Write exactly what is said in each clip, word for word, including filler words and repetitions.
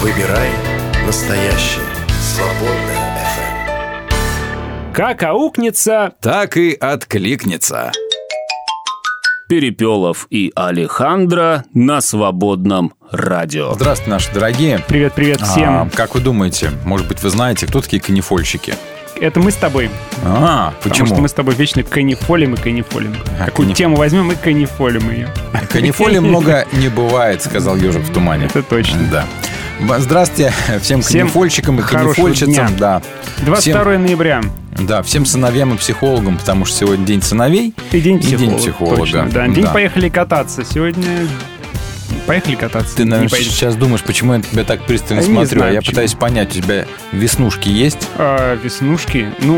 Выбирай настоящее. Свободное эф эм. Как аукнется, так и откликнется. Перепелов и Алехандро на Свободном радио. Здравствуйте, наши дорогие. Привет-привет всем. А, как вы думаете, может быть, вы знаете, кто такие канифольщики? Это мы с тобой. А, почему? Потому что мы с тобой вечно канифолим и канифолим. А, Какую каниф... тему возьмем и канифолим ее. Канифолим много не бывает, сказал ежик в тумане. Это точно. Да. Здравствуйте всем канифольщикам и канифольщицам. Да. двадцать второго ноября. Да, всем сыновьям и психологам, потому что сегодня день сыновей и день психолога. И день психолога. Точно, да. День да. Поехали кататься. Сегодня поехали кататься. Ты, наверное, сейчас думаешь, почему я на тебя так пристально я смотрю, знаю, а я почему. пытаюсь понять, у тебя веснушки есть? А, веснушки? Ну,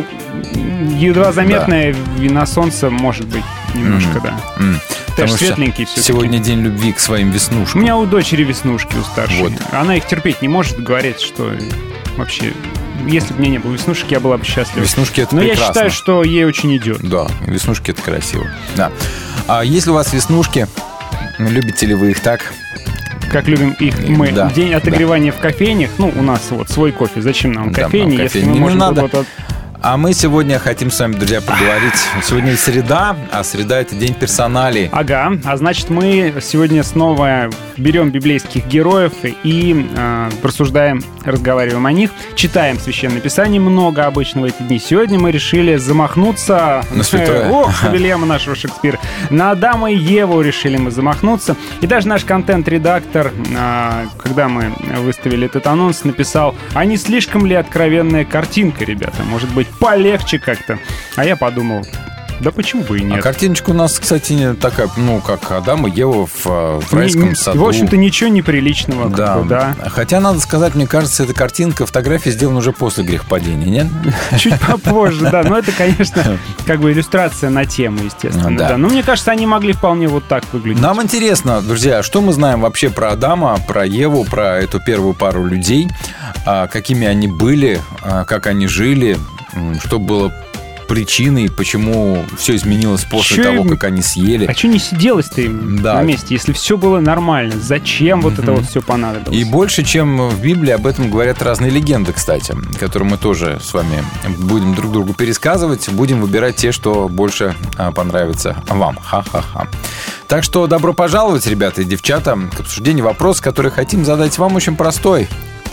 едва заметная да. вина солнца, может быть, немножко, mm. да. Mm. Ты же светленький все-таки. Сегодня день любви к своим веснушкам. У меня у дочери веснушки, у старшей. Вот. Она их терпеть не может, говорит, что вообще... Если бы мне не было веснушек, я была бы счастлива. Веснушки — это Но прекрасно. я считаю, что ей очень идет. Да, веснушки — это красиво. Да. А если у вас веснушки, любите ли вы их так? Как любим их мы. Да, День отогревания да. в кофейнях. Ну, у нас вот свой кофе. Зачем нам да, кофейни, нам если кофейни мы не можем... надо. Вот, вот, А мы сегодня хотим с вами, друзья, поговорить. Сегодня среда, а среда — это день персоналей. Ага, а значит, мы сегодня снова берем библейских героев и э, рассуждаем, разговариваем о них, читаем Священное Писание много обычно в эти дни. Сегодня мы решили замахнуться... На святое. Ох, Вильяма нашего Шекспира. На Адама и Еву решили мы замахнуться. И даже наш контент-редактор, э, когда мы выставили этот анонс, написал: а не слишком ли откровенная картинка, ребята? Может быть, полегче как-то. А я подумал, да почему бы и нет. А картиночка у нас, кстати, такая, ну, как Адам и Ева в, в райском не, саду. В общем-то, ничего неприличного. Да. Как бы, да. Хотя, надо сказать, мне кажется, эта картинка, фотография сделана уже после грехопадения, нет? Чуть попозже, да. Но это, конечно, как бы иллюстрация на тему, естественно. Да. Да. Но мне кажется, они могли вполне вот так выглядеть. Нам интересно, друзья, что мы знаем вообще про Адама, про Еву, про эту первую пару людей, какими они были, как они жили, что было причиной, почему все изменилось после Чё того, им... как они съели. А что не сиделось-то им да. на месте, если все было нормально? Зачем вот mm-hmm. это вот все понадобилось? И больше, чем в Библии, об этом говорят разные легенды, кстати, которые мы тоже с вами будем друг другу пересказывать. Будем выбирать те, что больше понравится вам. Ха-ха-ха. Так что добро пожаловать, ребята и девчата, к обсуждению вопроса, который хотим задать вам, очень простой.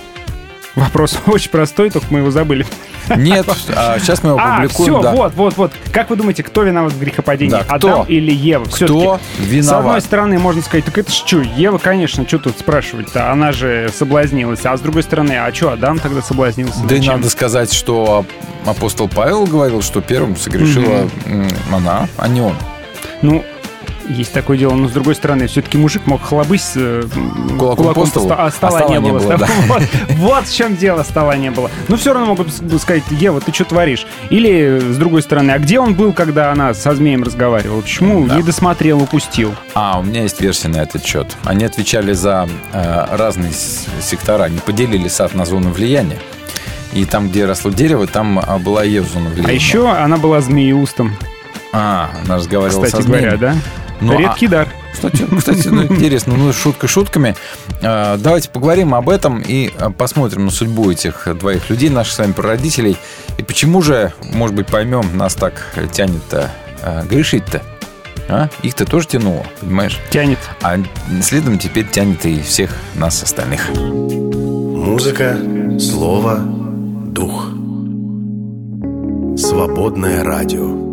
Вопрос очень простой, только мы его забыли. Нет, а сейчас мы его опубликуем. А, все, да. вот, вот, вот. Как вы думаете, кто виноват в грехопадении? Да, Адам или Ева? Кто Все-таки, виноват? С одной стороны, можно сказать, так это ж что, Ева, конечно, что тут спрашивать-то? Она же соблазнилась. А с другой стороны, а что, Адам тогда соблазнился? Да Зачем? и надо сказать, что апостол Павел говорил, что первым согрешила mm-hmm. она, а не он. Ну, есть такое дело, но с другой стороны, все-таки мужик мог хлобыть э, кулаком, кулаком по столу, а стола, а стола не, не было. было да. вот, вот в чем дело, стола не было. Но все равно могут сказать: Ева, ты что творишь? Или, с другой стороны, а где он был, когда она со змеем разговаривала? Почему да. не досмотрел, упустил? А, у меня есть версия на этот счет. Они отвечали за э, разные сектора, не поделили сад на зону влияния. И там, где росло дерево, там была Ева зона влияния. А еще она была змееустом. А, она разговаривала Кстати со змеем. говоря, да? Ну, редкий а, дар. Кстати, кстати ну, интересно, ну, шутка шутками. Э, давайте поговорим об этом и посмотрим на судьбу этих двоих людей, наших с вами прародителей. И почему же, может быть, поймем, нас так тянет-то э, грешить-то? А? Их-то тоже тянуло, понимаешь? Тянет. А следом теперь тянет и всех нас остальных. Музыка, слово, дух. Свободное радио.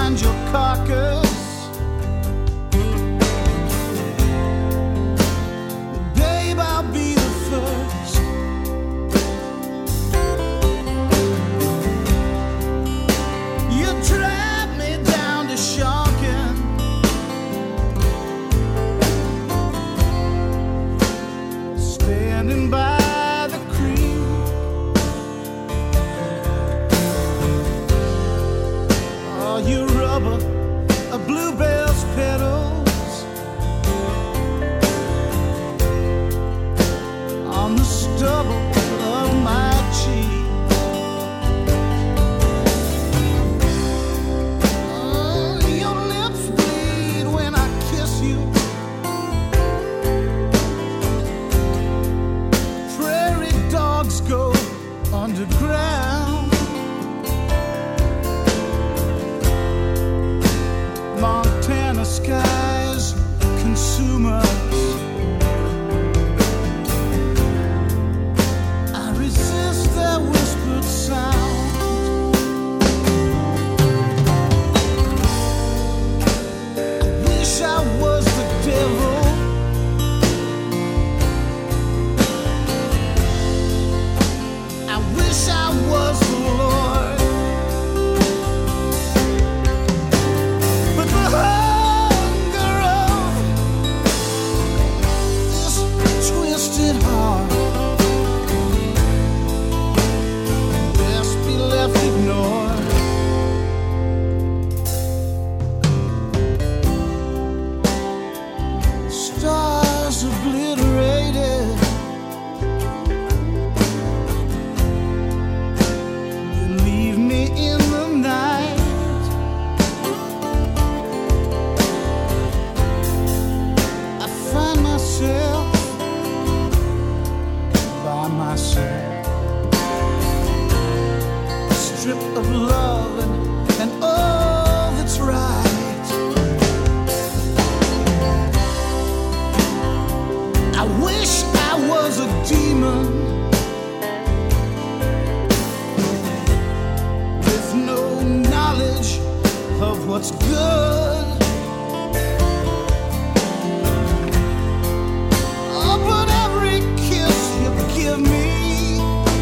find your carcass. Babe, I'll be the first. You drag me down to Shawkin, standing by the creek. Oh, you rubber, a bluebell's petals on the stubble of my cheek. Oh, your lips bleed when I kiss you. Prairie dogs go underground. Montana skies consume us. I resist their whispered sound. I wish I was the devil. I wish I was the Lord. But the hunger of this twisted heart best be left ignored. Stars obliterated, you leave me in the night. I find myself by myself, stripped of love and, and all that's right. I wish I was a demon with no knowledge of what's good. Oh, but every kiss you give me,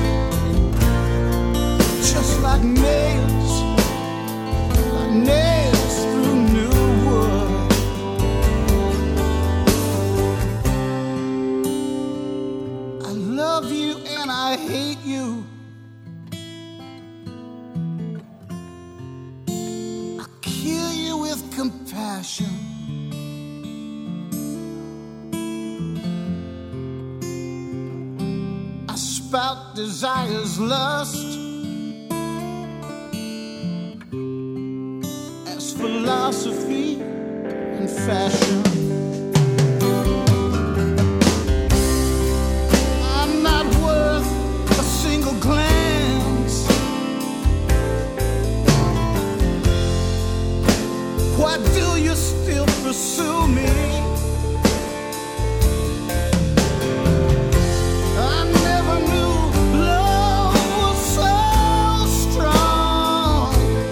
just like nails, like nails through new wood. I love you and I hate you. I kill you with compassion. I spout desire's lust as philosophy and fashion. I'm not worth a single glance. Why do you still pursue me? I never knew love was so strong.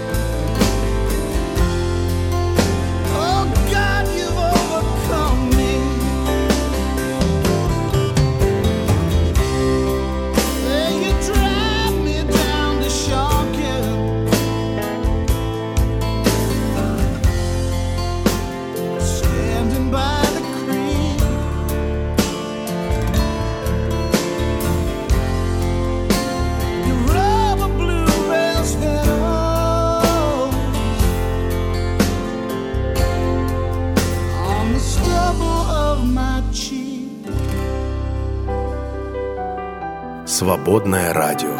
Oh God, you've overcome me. Yeah, you drive me down to Shawkin, standing by the creek. You rubber bluebells petals on the stubble of my cheek. Свободное радио.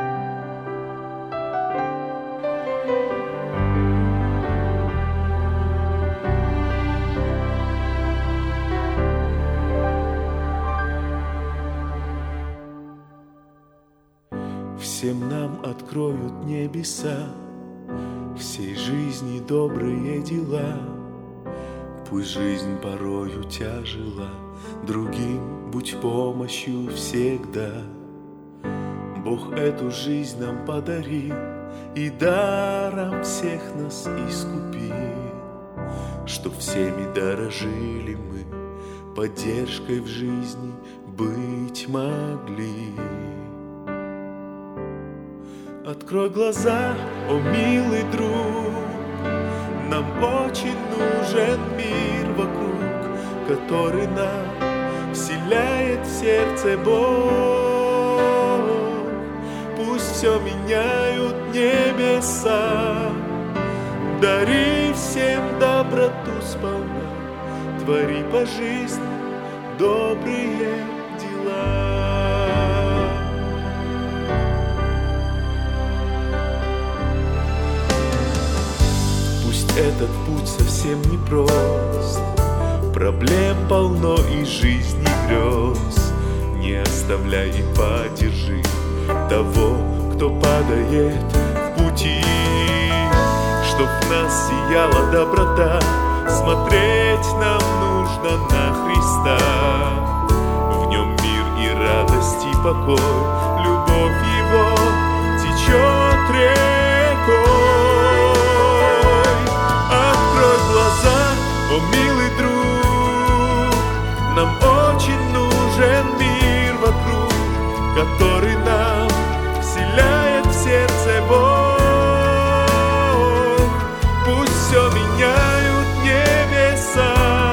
Всем нам откроют небеса, всей жизни добрые дела. Пусть жизнь порою тяжела, другим будь помощью всегда. Бог эту жизнь нам подарил и даром всех нас искупил, чтоб всеми дорожили мы, поддержкой в жизни быть могли. Открой глаза, о милый друг, нам очень нужен мир вокруг, который нам вселяет в сердце Бог. Пусть все меняют небеса, дари всем доброту сполна, твори по жизни добрые дела. Пусть этот путь совсем не прост, проблем полно и жизни грез. Не оставляй и поддержи того, кто падает в пути, чтоб в нас сияла доброта. Смотреть нам нужно на Христа, в нем мир и радость и покой, любовь его течет рекой. Открой глаза, о милый друг, нам очень нужен мир вокруг, который нам вселяет в сердце Бог. Пусть все меняют небеса,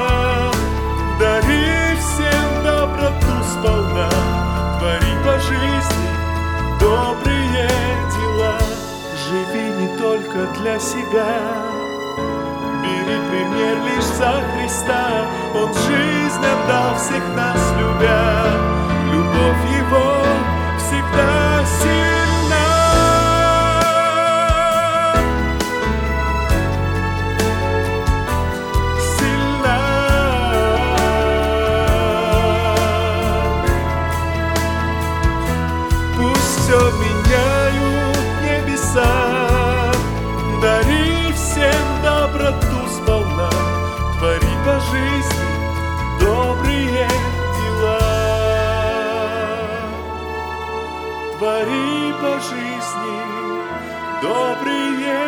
дари всем доброту сполна, твори по жизни добрые дела. Живи не только для себя, бери пример лишь за Христа. Он жизнь отдал, всех нас любя, любовь его всегда сильна. Сильна. Пусть все меняют небеса, дари всем доброту сполна, твори по жизни добрые дела. Твори по жизни добрые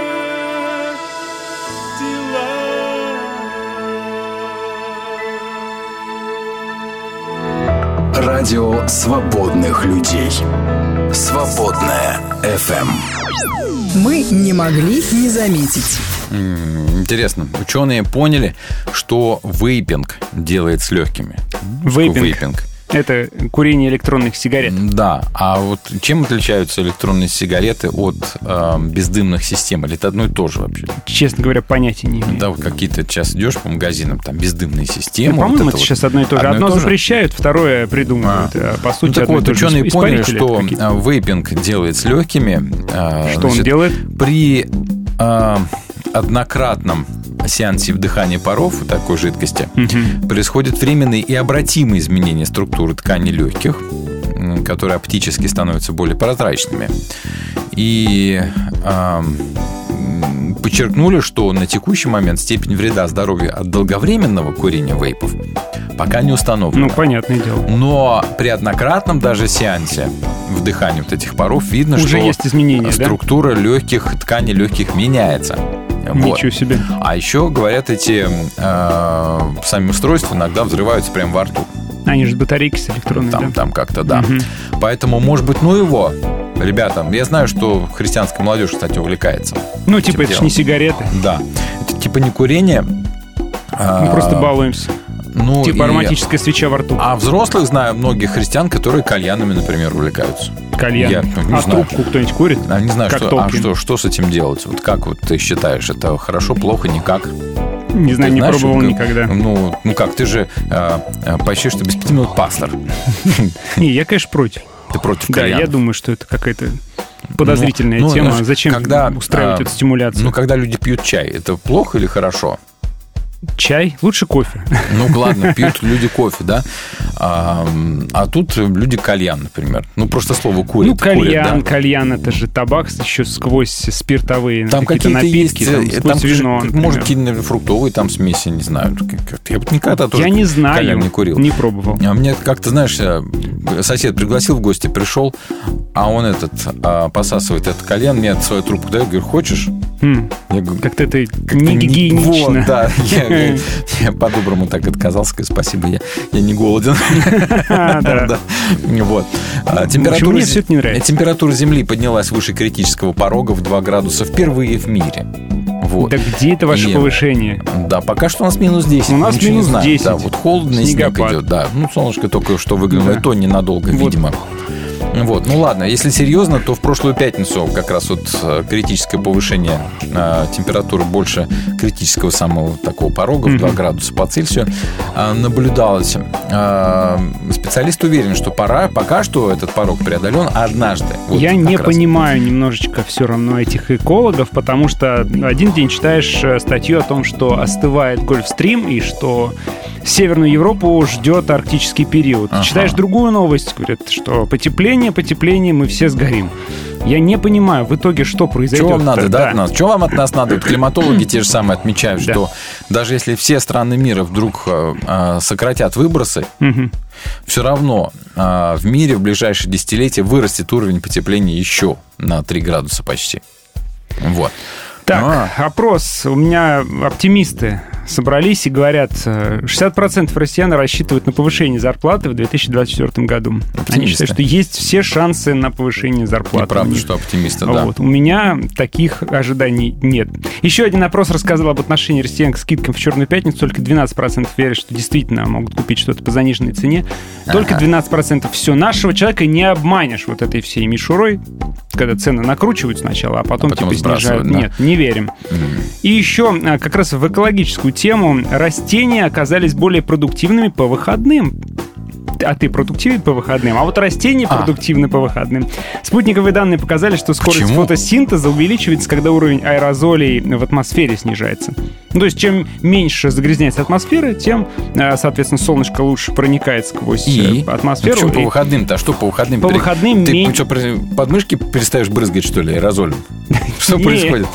дела. Радио свободных людей. Свободная эф эм. Мы не могли не заметить. Интересно, ученые поняли, что вейпинг делает с легкими. Вейпинг. Вейпинг. Это курение электронных сигарет. Да, а вот чем отличаются электронные сигареты от э, бездымных систем? Или это одно и то же вообще? Честно говоря, понятия не имею. Да, вот какие-то сейчас идешь по магазинам, там бездымные системы. Ну, по-моему, вот это, это сейчас вот одно и то же. одно Одно и то же? запрещают, второе придумывают. А. А, по сути, ну, так одно вот, и то же. ученые поняли, что какие-то. вейпинг делает с легкими. Э, Что значит, он делает? При э, однократном сеансе вдыхания паров такой жидкости угу. происходят временные и обратимые изменения структуры тканей легких, которые оптически становятся более прозрачными. И э, подчеркнули, что на текущий момент степень вреда здоровью от долговременного курения вейпов пока не установлена. Ну, понятное дело. Но при однократном даже сеансе вдыхания вот этих паров видно, уже что есть изменения, структура да? легких, тканей легких меняется. Ничего вот. себе. А еще, говорят, эти э, сами устройства иногда взрываются прямо во рту. Они же батарейки с электронной, там, да? Там как-то, да. Угу. Поэтому, может быть, ну его, ребята, я знаю, что христианская молодежь, кстати, увлекается. Ну, типа, это ж не сигареты. Да. Это типа не курение. Мы а, просто балуемся. Ну, типа и... ароматическая свеча во рту. А взрослых знаю многих христиан, которые кальянами, например, увлекаются. Кальян. Я, ну, не а знаю. трубку кто-нибудь курит? А не знаю, как что, а что, что с этим делать? Вот как вот ты считаешь, это хорошо, плохо, никак? Не знаю, ты не знаешь, пробовал как, никогда. Ну, ну как, ты же э, почти что без пяти минут пастор. Не, я, конечно, против. Ты против Да, кальянов? я думаю, что это какая-то подозрительная ну, тема. ну, Зачем когда, устраивать а, эту стимуляцию? Ну, когда люди пьют чай, это плохо или хорошо? Чай? Лучше кофе. Ну, ладно, пьют люди кофе, да? А, а тут люди кальян, например. Ну, просто слово курят. Ну, кальян, курят, да? кальян, это же табак еще сквозь спиртовые там какие-то какие-то напитки, есть, там, там, сквозь вино, же, может, какие-то фруктовые там смеси, не знаю. Я вот никогда тоже Я не знаю, кальян не курил. не пробовал. А мне как-то, знаешь, сосед пригласил в гости, пришел, а он этот а, посасывает этот кальян, мне свою трубку дает, говорю, хочешь? Хм. Я говорю, как-то это как-то не гигиенично. Вот, да, я, я, я по-доброму так отказался, говорю, спасибо, я, я не голоден. Да. Вот. Температура, мне все это не нравится. Температура Земли поднялась выше критического порога в два градуса впервые в мире. Вот. Да где это ваше И, повышение? Да, пока что у нас минус десять. У нас ничего минус не знаем. десять. Да, вот холодно, и снег Снегопад. идет. Да. Ну, солнышко только что выглянуло, Да. и то ненадолго, Вот. видимо. Вот, ну ладно, если серьезно, то в прошлую пятницу как раз вот э, критическое повышение э, температуры больше критического самого такого порога в два градуса по Цельсию э, наблюдалось. Э, специалист уверен, что пора, пока что этот порог преодолен однажды. Вот Я как не раз. понимаю немножечко все равно этих экологов, потому что один день читаешь э, статью о том, что остывает Гольфстрим и что Северную Европу ждет арктический период. Ага. Читаешь другую новость, говорят, что потепление, потепление, мы все сгорим. Я не понимаю, в итоге что произойдет. Что вам надо, да, от нас? Что вам от нас надо? Вот климатологи те же самые отмечают, Да. что даже если все страны мира вдруг э, э, сократят выбросы, Мгм. все равно э, в мире в ближайшие десятилетия вырастет уровень потепления еще на три градуса почти. Вот. Так, А. опрос. У меня оптимисты собрались и говорят, э, шестьдесят процентов россиян рассчитывают на повышение зарплаты в две тысячи двадцать четвёртом году. Они Оптимисты. считают, что есть все шансы на повышение зарплаты. Неправда, У них. что оптимисты, да. Вот. У меня таких ожиданий нет. Еще один опрос рассказал об отношении россиян к скидкам в Черную пятницу. Только двенадцать процентов верят, что действительно могут купить что-то по заниженной цене. Только Ага. двенадцать процентов все. Нашего человека не обманешь вот этой всей мишурой, когда цены накручивают сначала, а потом, А потом типа снижают. сбрасывают, да? Нет, не верим. И еще а, как раз в экологическую тему растения оказались более продуктивными по выходным. А ты продуктивен по выходным, а вот растения А. продуктивны по выходным. Спутниковые данные показали, что скорость Почему? фотосинтеза увеличивается, когда уровень аэрозолей в атмосфере снижается. Ну, то есть, чем меньше загрязняется атмосфера, тем, э, соответственно, солнышко лучше проникает сквозь И? э, атмосферу. Ну, почему И по выходным-то? А что по выходным? По выходным Ты мен- что, подмышки перестаешь брызгать, что ли, аэрозолем? Что Не. происходит?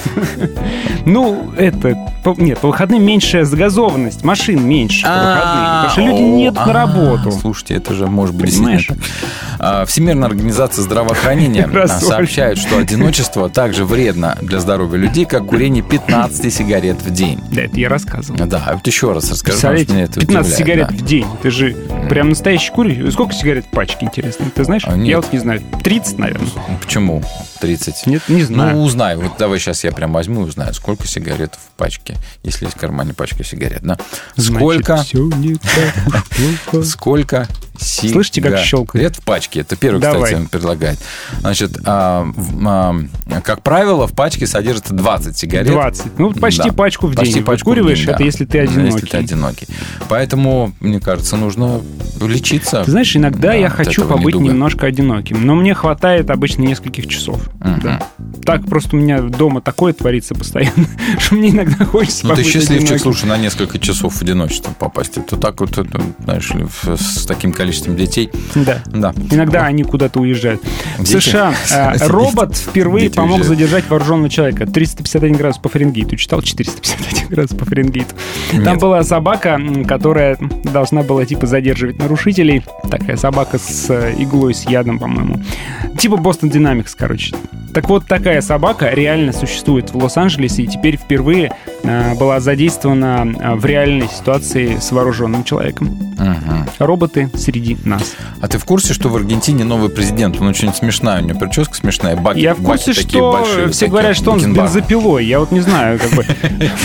Ну, это... по- Нет, по выходным меньшая загазованность, машин меньше по выходным, потому что люди не едут на работу. Слушайте, это же может быть Понимаешь? действительно так. А, Всемирная организация здравоохранения а, Рассоль. сообщает, что одиночество также вредно для здоровья людей, как курение пятнадцати сигарет в день. Да, это я рассказывал. Да, а вот еще раз расскажи, потому что меня Представляете, это пятнадцать удивляет, сигарет да. в день. Ты же прям настоящий курильщик. Сколько сигарет в пачке, интересно? Ты знаешь? А, нет. Я вот не знаю. тридцать, наверное. Ну, почему тридцать? Нет, не знаю. Ну, узнай. Вот давай сейчас я прям возьму и узнаю, сколько сигарет в пачке, если есть в кармане пачка сигарет. Да? Сколько, Значит, всё не так уж плохо. сколько сигарет Слышите, как щелкает? в пачке? Это первый, Давай. кстати, он предлагает. Значит, а, в- а, как правило, в пачке содержится двадцать сигарет. двадцать. Ну, почти Да. пачку в Почти день. пачку в Выкуриваешь, день, это да. если ты Ну, одинокий. Если ты одинокий. Поэтому, мне кажется, нужно лечиться. Ты знаешь, иногда Да, я от хочу этого побыть недуга. немножко одиноким, но мне хватает обычно нескольких часов. Мгм. Да. Так просто у меня дома такое творится постоянно, что мне иногда хочется Ну, ты побыть счастливчик, одиноким. слушай, на несколько часов в одиночество попасть. Это так вот, это, знаешь ли, в- с таким количеством детей. Да. Да. Иногда они куда-то уезжают. В Дети? США э, Дети. робот впервые Дети помог уезжают. задержать вооруженного человека. триста пятьдесят один градус по Фаренгейту. Читал четыреста пятьдесят один градус по Фаренгейту. Там Нет. была собака, м, которая должна была типа задерживать нарушителей. Такая собака с э, иглой, с ядом, по-моему. Типа Boston Dynamics, короче. Так вот, такая собака реально существует в Лос-Анджелесе и теперь впервые э, была задействована э, в реальной ситуации с вооруженным человеком. Мгм. Роботы среди нас. А ты в курсе, что в Аргентине новый президент? Он очень смешная, у него прическа смешная, баки, Я в курсе, баки такие что большие, все такие, говорят, что он с бакенбарды. бензопилой. Я вот не знаю, как бы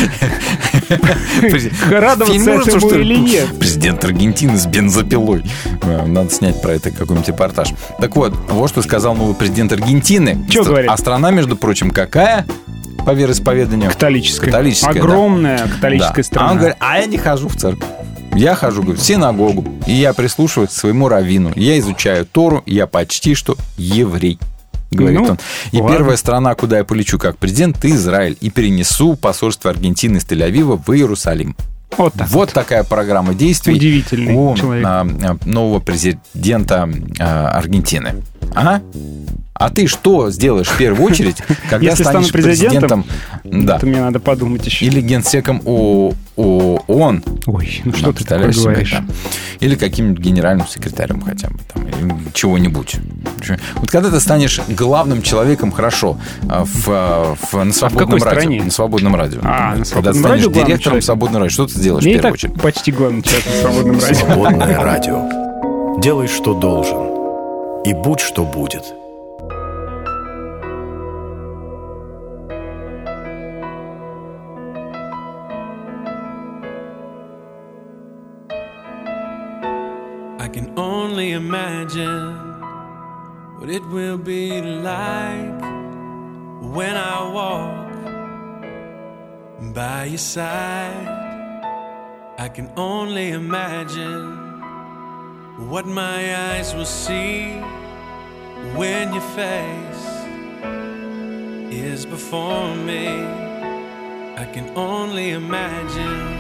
радоваться Фильм ужасов, этому что ли? или нет. Президент Аргентины с бензопилой. Э, Надо снять про это какой-нибудь репортаж. Так вот, вот что сказал новый президент Аргентины. Чё Стра- говорит? А страна, между прочим, какая? По вероисповеданию? Католическая. Католическая, да. Огромная католическая Да. страна. А он говорит, а я не хожу в церковь. Я хожу, говорит, в синагогу, и я прислушиваюсь к своему раввину. Я изучаю Тору, я почти что еврей. Говорит Ну, он. И ладно. первая страна, куда я полечу как президент, Израиль. И перенесу посольство Аргентины из Тель-Авива в Иерусалим. Вот, так вот такая программа действий. Удивительный у человек. А, нового президента а, Аргентины. Ага. А ты что сделаешь в первую очередь, когда Если станешь стану президентом, президентом? Да. Это мне надо подумать еще. Или генсеком О- О- ООН. Ой, ну Да, что ты такое представляешь себе, говоришь? да. Или каким-нибудь генеральным секретарем хотя бы. Там, или чего-нибудь. Вот когда ты станешь главным человеком, хорошо, а, в, а, в, на свободном какой радио. стране? На свободном радио. А, на Когда свободном ты станешь радио главным директором человеком? свободного радио, что ты сделаешь Я в и первую так очередь? почти главный человек на свободном радио. Свободное радио. Делай, что должен. И будь, что будет. I can only imagine what it will be like when I walk by your side. I can only imagine what my eyes will see when your face is before me. I can only imagine.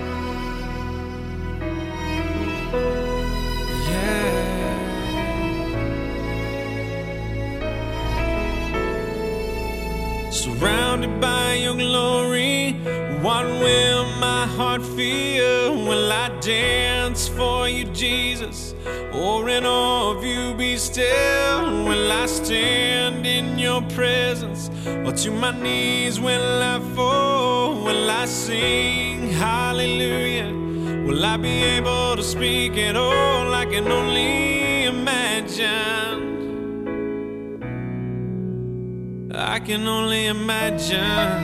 Surrounded by your glory, what will my heart feel? Will I dance for you, Jesus? Or in awe of you be still? Will I stand in your presence? Or to my knees will I fall? Will I sing hallelujah? Will I be able to speak at all? I can only imagine. I can only imagine.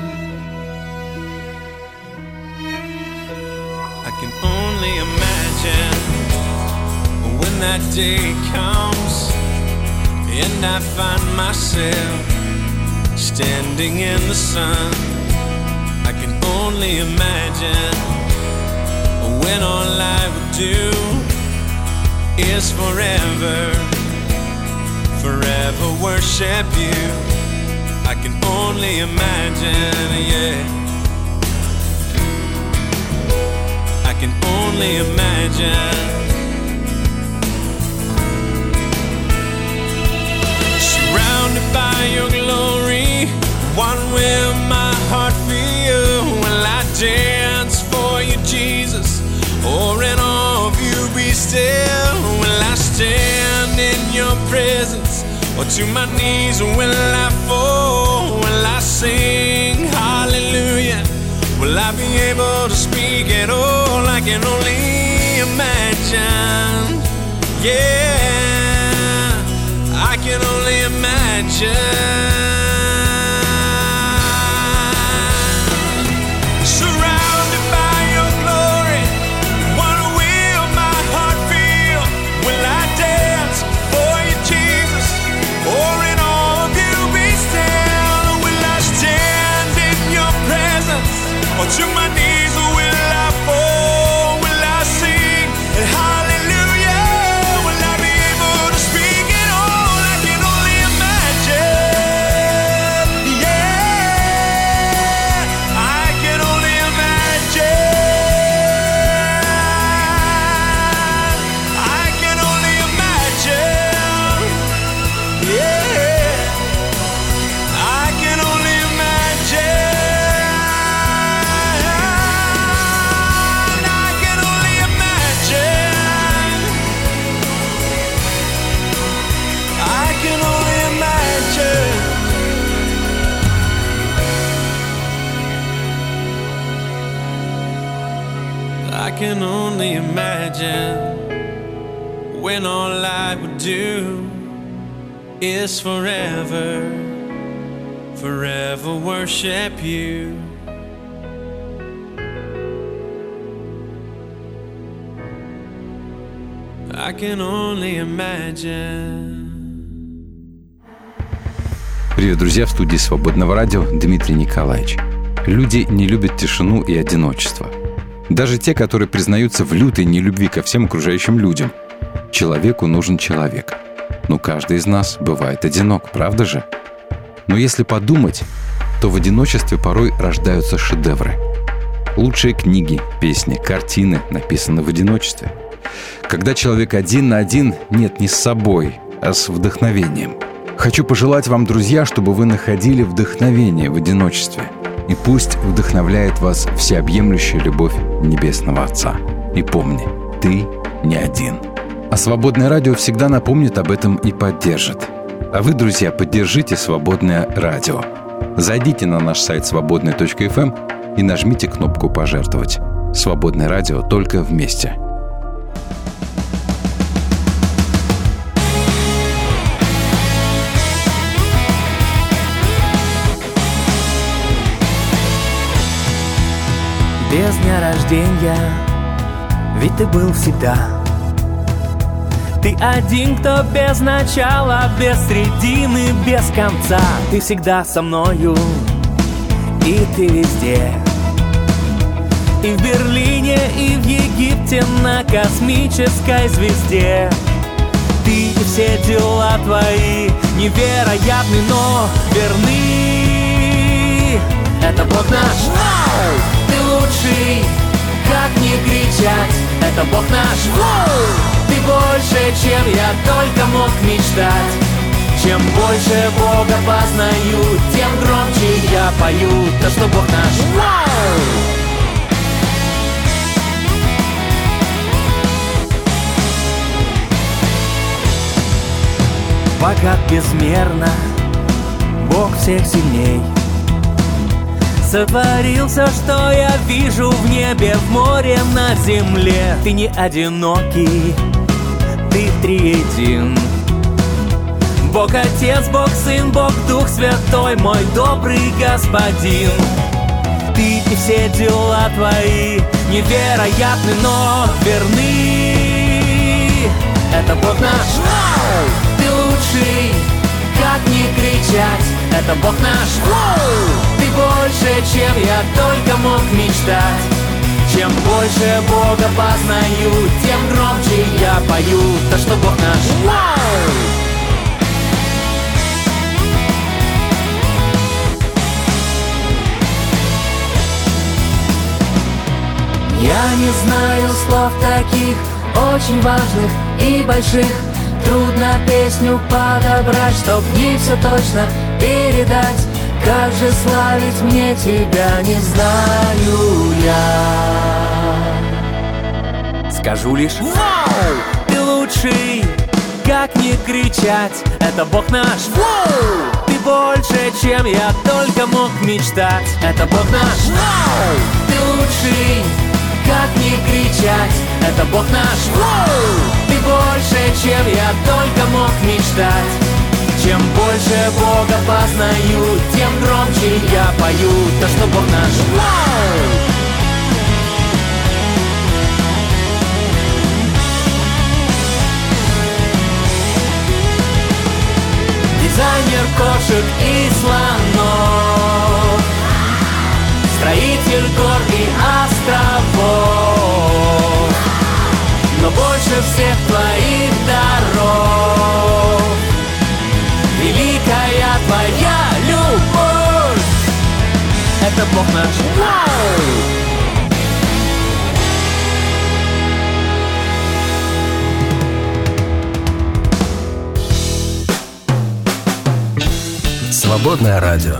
I can only imagine when that day comes and I find myself standing in the sun. I can only imagine when all I would do is forever, forever worship you. I can only imagine, yeah. I can only imagine. Surrounded by your glory, what will my heart feel? Will I dance for you, Jesus? Or in awe of you be still? Will I stand in your presence? Or to my knees will I fall? Will I sing hallelujah? Will I be able to speak at all? I can only imagine. Yeah, I can only imagine. Surrounded by your glory, what will my heart feel? Will I dance for you, Jesus? Or in awe of you be still? Or will I stand in your presence? Or to my knees will I fall? Will I sing hallelujah? Will I be able to speak at all? I can only imagine. Yeah, I can only imagine. I can only imagine. Yeah, I can only imagine. I can only imagine. I can only imagine. I can only imagine when all I would do is forever, forever worship you. I can only imagine. Привет, друзья, в студии «Свободного радио» Дмитрий Николаевич. Люди не любят тишину и одиночество. Даже те, которые признаются в лютой нелюбви ко всем окружающим людям. Человеку нужен человек. Но каждый из нас бывает одинок, правда же? Но если подумать, то в одиночестве порой рождаются шедевры. Лучшие книги, песни, картины написаны в одиночестве. Когда человек один на один, нет, не с собой, а с вдохновением. Хочу пожелать вам, друзья, чтобы вы находили вдохновение в одиночестве. И пусть вдохновляет вас всеобъемлющая любовь Небесного Отца. И помни, ты не один. А Свободное радио всегда напомнит об этом и поддержит. А вы, друзья, поддержите Свободное радио. Зайдите на наш сайт свободное точка эф эм и нажмите кнопку «Пожертвовать». Свободное радио только вместе. Без дня рождения, ведь ты был всегда. Ты один, кто без начала, без середины, без конца. Ты всегда со мною, и ты везде. И в Берлине, и в Египте, на космической звезде. Ты и все дела твои невероятны, но верны. Это Бог наш, ты лучший, как не кричать. Это Бог наш, ты больше, чем я только мог мечтать. Чем больше Бога познаю, тем громче я пою то, что Бог наш. Богат безмерно, Бог всех сильней. Сотворил все, что я вижу в небе, в море, на земле. Ты не одинокий, ты триедин. Бог Отец, Бог Сын, Бог Дух Святой, мой добрый Господин. Ты и все дела твои невероятны, но верны. Это Бог наш, ты лучший, как не кричать. Это Бог наш, ты больше, чем я только мог мечтать. Чем больше Бога познаю, тем громче я пою то, что Бог наш. Я не знаю слов таких, очень важных и больших. Трудно песню подобрать, чтоб не все точно передать. Как же славить мне тебя, не знаю я. Скажу лишь вау, ты лучший, как не кричать. Это Бог наш, вау, ты больше, чем я только мог мечтать. Это Бог наш, вау, ты лучший, как не кричать. Это Бог наш, вау, ты больше, чем я только мог мечтать. Чем больше Бога познаю, тем громче я пою то, что Бог наш. Вау! Дизайнер кошек и слонов, строитель гор и островов, но больше всех твоих даров великая твоя любовь. Это Бог наш. Вау! Свободное радио.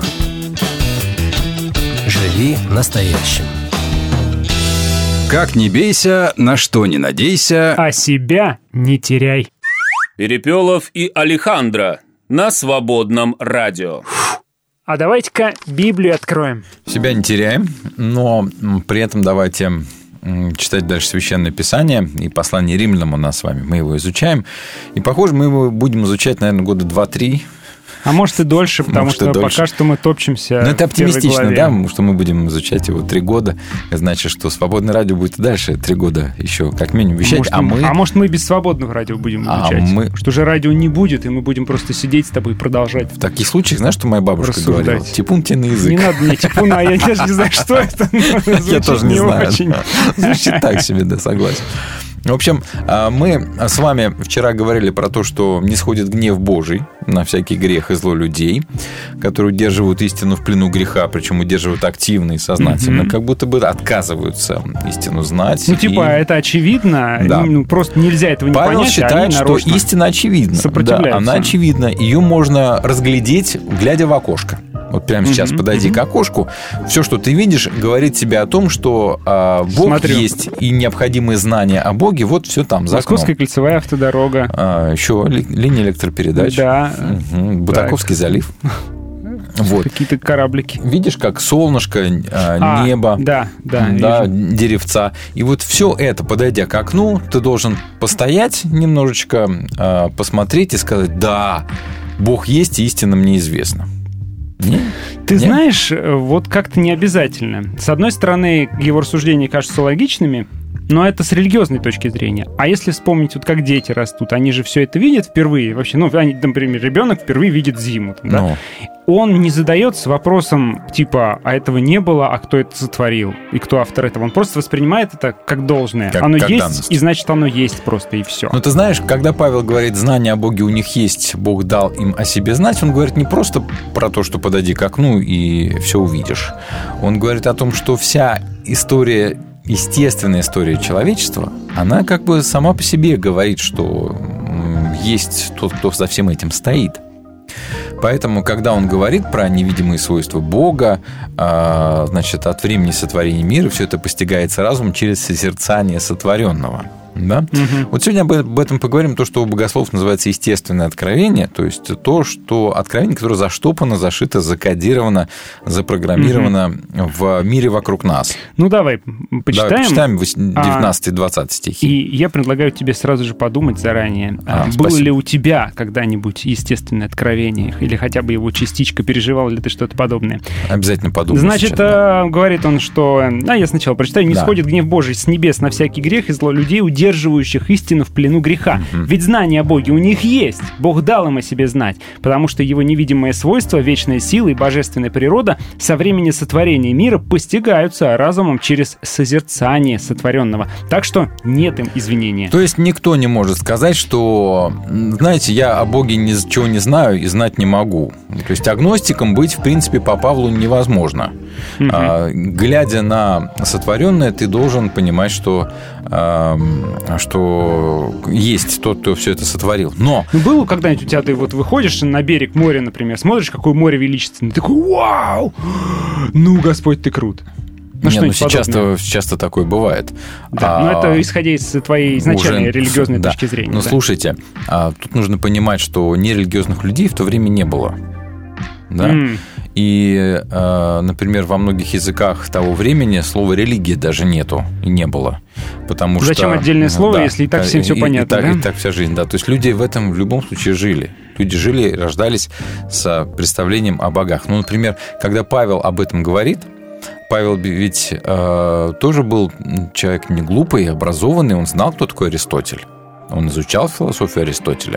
Живи настоящим. Как не бейся, на что не надейся, А себя не теряй. Перепелов и Алехандро на Свободном радио. А давайте-ка Библию откроем. себя не теряем, но при этом давайте читать дальше Священное Писание и послание Римлянам у нас с вами. Мы его изучаем. И, похоже, мы его будем изучать, наверное, года два-три. А может и дольше, потому может, что дольше. Пока что мы топчемся. Но это в первой оптимистично, главе. да, что мы будем изучать его три года. Это значит, что Свободное радио будет и дальше три года еще как минимум вещать. Может, а, мы... а может, мы без свободного радио будем А изучать? мы- Что же радио не будет, и мы будем просто сидеть с тобой и продолжать. В таких случаях, знаешь, что моя бабушка Рассуждать. говорила? Типун тебе на язык. Не надо мне типуна, я даже не знаю, что это. Я тоже не знаю. Очень. Звучит так себе, да, согласен. В общем, мы с вами вчера говорили про то, что не сходит гнев Божий на всякий грех и зло людей, которые удерживают истину в плену греха, причем удерживают активно и сознательно, mm-hmm. как будто бы отказываются истину знать. Ну, типа, и... это очевидно, да. ну, просто нельзя этого не Павел понять. считает, что истина очевидна. Да, она очевидна. Ее можно разглядеть, глядя в окошко. Вот прямо сейчас mm-hmm. подойди mm-hmm. к окошку. Все, что ты видишь, говорит тебе о том, что э, Бог Смотрю. есть и необходимые знания о Боге. Вот все там за окном. Московская кольцевая автодорога. А, еще ли, линия электропередач. Да. Угу. Бутаковский залив. Вот. Какие-то кораблики. Видишь, как солнышко, а, небо, да, да, да, деревца. И вот все это, подойдя к окну, ты должен постоять немножечко, а, посмотреть и сказать: да, Бог есть, и истина мне известна. Нет? Ты Нет? знаешь, вот как-то не обязательно. С одной стороны, его рассуждения кажутся логичными, но это с религиозной точки зрения. А если вспомнить, вот как дети растут, они же все это видят впервые. Вообще, ну, они, например, ребенок впервые видит зиму. Там, да? Но. Он не задается вопросом типа: а этого не было, а кто это сотворил? И кто автор этого? Он просто воспринимает это как должное. Как, оно как есть, данность. И значит, оно есть просто, и все. Но ты знаешь, когда Павел говорит, знание о Боге у них есть, Бог дал им о себе знать, он говорит не просто про то, что подойди к окну и все увидишь. Он говорит о том, что вся история, естественная история человечества, она как бы сама по себе говорит, что есть тот, кто за всем этим стоит. Поэтому, когда он говорит про невидимые свойства Бога, значит, от времени сотворения мира, все это постигается разумом через созерцание сотворенного. Да? Угу. Вот сегодня об этом поговорим, то, что у богословов называется естественное откровение, то есть то, что откровение, которое заштопано, зашито, закодировано, запрограммировано угу. в мире вокруг нас. Ну, давай, почитаем. Давай, почитаем девятнадцатый-двадцатый стихи. И я предлагаю тебе сразу же подумать заранее, а, было спасибо. ли у тебя когда-нибудь естественное откровение, или хотя бы его частичка, переживал ли ты что-то подобное? Обязательно подумай. Значит, сейчас, да. говорит он, что... А я сначала прочитаю. «Не да. сходит гнев Божий с небес на всякий грех и зло людей, удерживающих истину в плену греха. Угу. Ведь знание о Боге у них есть. Бог дал им о себе знать, потому что его невидимые свойства, вечная сила и божественная природа со времени сотворения мира постигаются разумом через созерцание сотворенного. Так что нет им извинения». То есть никто не может сказать, что, знаете, я о Боге ничего не знаю и знать не могу. То есть агностиком быть, в принципе, по Павлу невозможно. Угу. А, глядя на сотворенное, ты должен понимать, что а, что есть тот, кто все это сотворил. Но... Ну, было когда-нибудь у тебя, ты вот выходишь на берег моря, например, смотришь, какое море величественное, ты такой: вау! Ну, Господь, ты крут. Ну, Нет, ну сейчас-то, сейчас-то такое бывает. Да, а, но это исходя из твоей изначальной уже, религиозной да. точки зрения. Ну, да. слушайте, а, тут нужно понимать, что нерелигиозных людей в то время не было. Да? Mm. И, например, во многих языках того времени слова «религия» даже нету и не было. Потому Зачем что, отдельное слово, да, если и так всем все и, понятно? И, да? и, так, и так вся жизнь, да. То есть люди в этом в любом случае жили. Люди жили, рождались с представлением о богах. Ну, например, когда Павел об этом говорит, Павел ведь э, тоже был человек не глупый, образованный, он знал, кто такой Аристотель. Он изучал философию Аристотеля.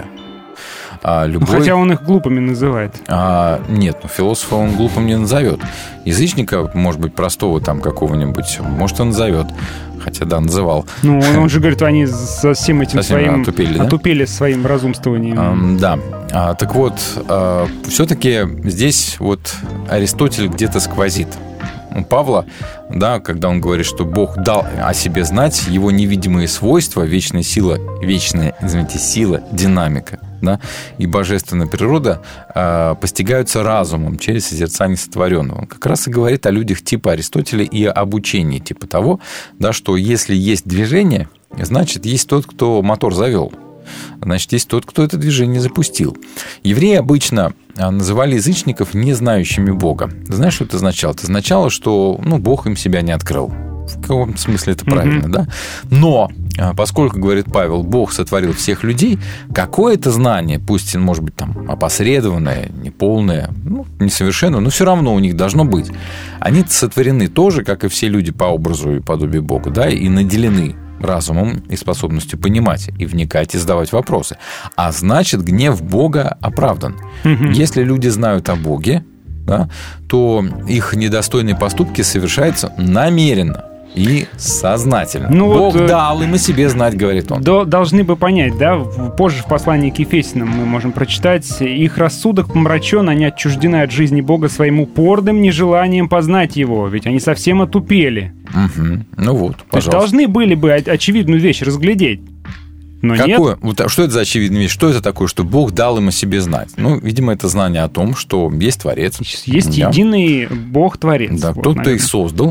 А любой... ну, хотя он их глупыми называет. А, нет, ну, философа он глупым не назовет. Язычника, может быть, простого там какого-нибудь, может, он назовет. Хотя, да, называл. Ну, он, он же говорит, они со всем этим Совсем своим... отупели, да? Отупели своим разумствованием. А, да. А, так вот, а, все-таки здесь вот Аристотель где-то сквозит. У Павла, да, когда он говорит, что Бог дал о себе знать, его невидимые свойства, вечная сила, вечная, извините, сила, динамика, да, и божественная природа э, постигаются разумом через созерцание сотворенного. Он как раз и говорит о людях типа Аристотеля и об учении типа того, да, что если есть движение, значит, есть тот, кто мотор завел. Значит, есть тот, кто это движение запустил. Евреи обычно называли язычников не знающими Бога. Знаешь, что это означало? Это означало, что ну, Бог им себя не открыл. В каком-то смысле это правильно, mm-hmm. да? Но, поскольку, говорит Павел, Бог сотворил всех людей, какое-то знание, пусть, может быть, там опосредованное, неполное, ну, несовершенное, но все равно у них должно быть. Они сотворены тоже, как и все люди, по образу и подобию Бога, да, и наделены разумом и способностью понимать и вникать и задавать вопросы. А значит, гнев Бога оправдан. Mm-hmm. Если люди знают о Боге, да, то их недостойные поступки совершаются намеренно. и сознательно. Ну Бог вот, дал им о себе знать, говорит он. До, должны бы понять, да, в- позже в послании к Ефесянам мы можем прочитать: «Их рассудок помрачен, они отчуждены от жизни Бога своим упорным нежеланием познать Его, ведь они совсем отупели». Мгм. Ну вот, То есть пожалуйста. должны были бы о- очевидную вещь разглядеть. Но нет. Какое? Вот, а что это за очевидная вещь? Что это такое, что Бог дал им о себе знать? Ну, видимо, это знание о том, что есть Творец. Есть Да. единый Бог-творец. Да, Вот, кто-то наверное. их создал,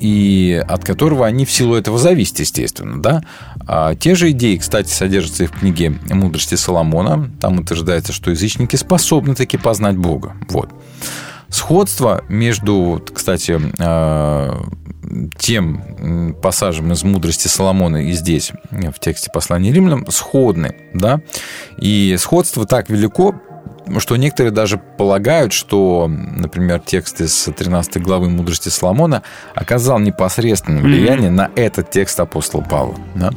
и от которого они в силу этого зависят, естественно, да. А те же идеи, кстати, содержатся и в книге «Мудрости Соломона». Там утверждается, что язычники способны таки познать Бога. Вот. Сходство между, вот, кстати, э, тем м, пассажем из «Мудрости Соломона» и здесь, в тексте послания римлянам, сходны, да. И сходство так велико, что некоторые даже полагают, что, например, текст из тринадцатой главы «Мудрости Соломона» оказал непосредственное влияние mm-hmm. на этот текст апостола Павла. Да?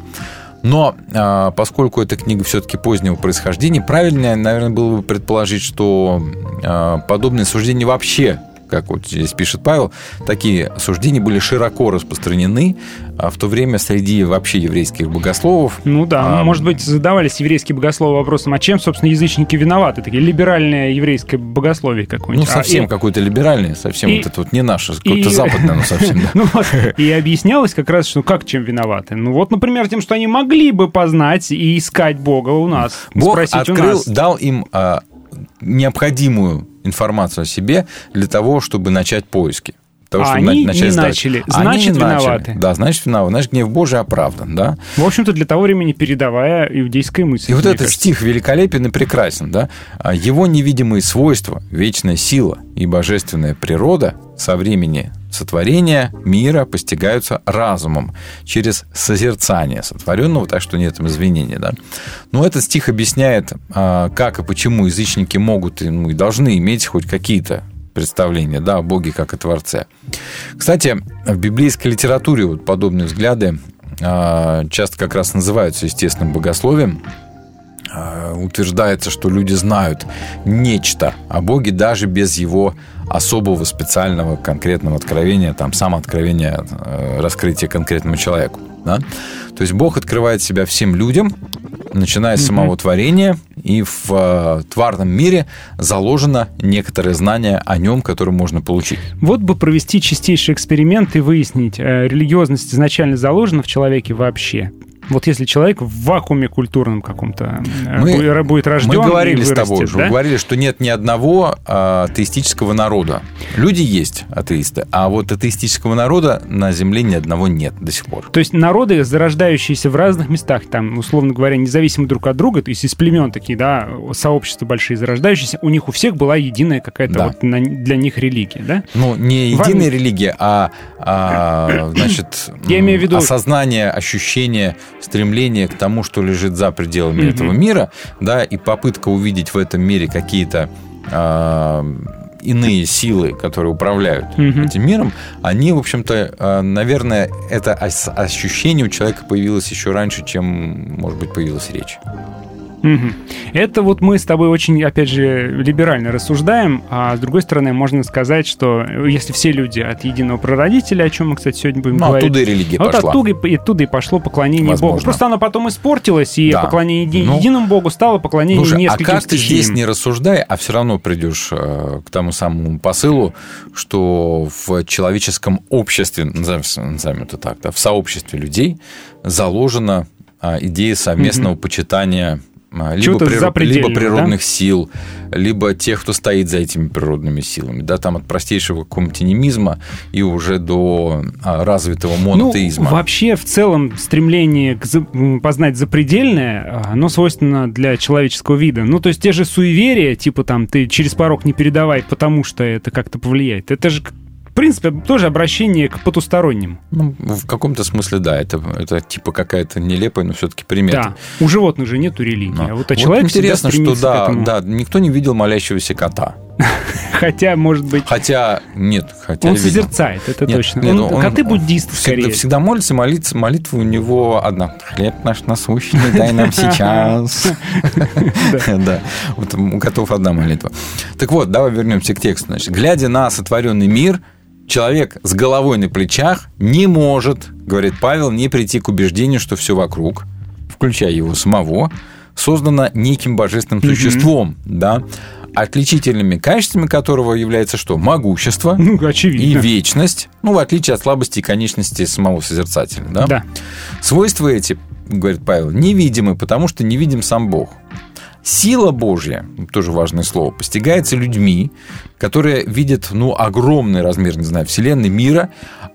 Но а, поскольку эта книга все-таки позднего происхождения, правильнее, наверное, было бы предположить, что а, подобные суждения вообще, как вот здесь пишет Павел, такие суждения были широко распространены а, в то время среди вообще еврейских богословов. Ну да, А, может быть, задавались еврейские богословы вопросом, а чем, собственно, язычники виноваты? Такие либеральное еврейское богословие Ну, какое-нибудь. совсем А, и- какое-то либеральное, совсем и- вот это вот не наше, какое-то и- западное, но совсем. Да. Ну вот, и объяснялось как раз, что как чем виноваты. Ну вот, например, тем, что они могли бы познать и искать Бога у нас. Бог спросить у открыл, нас. дал им а, необходимую информацию о себе для того, чтобы начать поиски. Для того, А чтобы они начать не сдать. начали. Они Значит, не начали. виноваты. Да, значит, виноваты. Значит, гнев Божий оправдан, да. В общем-то, для того времени передовая иудейская мысль. И вот мне этот кажется. стих великолепен и прекрасен, да. А Его невидимые свойства, вечная сила и божественная природа со времени сотворения мира постигаются разумом через созерцание сотворенного, так что нет им извинения, да. Но этот стих объясняет, а, как и почему язычники могут и, ну, и должны иметь хоть какие-то представления, да, о Боге как о Творце. Кстати, в библейской литературе вот подобные взгляды а, часто как раз называются естественным богословием. А, утверждается, что люди знают нечто о Боге даже без его особого специального конкретного откровения, там, самооткровения, э, раскрытия конкретному человеку. Да? То есть Бог открывает себя всем людям, начиная с самого творения, и в э, тварном мире заложено некоторое знание о нем, которое можно получить. Вот бы провести чистейший эксперимент и выяснить, э, религиозность изначально заложена в человеке вообще. Вот если человек в вакууме культурном каком-то э, Мы- бу- будет рожден Мы говорили и с тобой вырастет, уже, да? мы говорили, что нет ни одного а, атеистического народа. Люди есть атеисты, а вот атеистического народа на Земле ни одного нет до сих пор. То есть народы, зарождающиеся в разных местах, там, условно говоря, независимо друг от друга, то есть из племен такие, да, сообщества большие зарождающиеся, у них у всех была единая какая-то Да. вот на- для них религия, да? Ну, не Вам- единая религия, а, а, значит, Я имею в виду- осознание, ощущение, стремление к тому, что лежит за пределами Мгм. этого мира, да, и попытка увидеть в этом мире какие-то а, иные силы, которые управляют Мгм. этим миром, они, в общем-то, а, наверное, это ос- ощущение у человека появилось еще раньше, чем, может быть, появилась речь. Мгм. Это вот мы с тобой очень, опять же, либерально рассуждаем, а с другой стороны, можно сказать, что если все люди от единого прародителя, о чем мы, кстати, сегодня будем Ну, говорить, оттуда и религия вот пошла. оттуда и, и оттуда и пошло поклонение Возможно. Богу. Просто оно потом испортилось, и Да. поклонение еди- Ну, единому Богу стало поклонение Слушай, а нескольким как ты стихиям. здесь не рассуждай, а все равно придешь э, к тому самому посылу, что в человеческом обществе, назовем, назовем это так, да, в сообществе людей заложена а, идея совместного почитания а, либо, Чего-то природ- запредельного, либо природных да? сил, либо тех, кто стоит за этими природными силами. Да, там от простейшего какого-нибудь анимизма и уже до а, развитого монотеизма. Ну, вообще, в целом, стремление к за- м, познать запредельное, а, оно свойственно для человеческого вида. Ну, то есть, те же суеверия, типа там, ты через порог не передавай, потому что это как-то повлияет. Это же, в принципе, тоже обращение к потусторонним. Ну, в каком-то смысле, да, это, это типа какая-то нелепая, но все-таки примета. Да, у животных же нету религии, Ну, а вот, а вот человек всегда интересно, что стремится к да, этому. да, никто не видел молящегося кота. Хотя, может быть, Хотя, нет, хотя он видел. созерцает, это Нет, точно. нет, Он- он- коты он буддисты, всегда, скорее. всегда молится, молится, молитва у него одна. Хлеб наш насущный, дай нам сейчас. Да, вот у котов одна молитва. Так вот, давай вернемся к тексту. Значит, глядя на сотворенный мир, человек с головой на плечах не может, говорит Павел, не прийти к убеждению, что все вокруг, включая его самого, создано неким божественным mm-hmm. существом, да, отличительными качествами которого является что? Могущество ну, очевидно. И вечность, ну, в отличие от слабости и конечности самого Созерцателя. Да? Да. Свойства эти, говорит Павел, невидимы, потому что невидим сам Бог. Сила Божья, тоже важное слово, постигается людьми, которые видят, ну, огромный размер, не знаю, Вселенной, мира,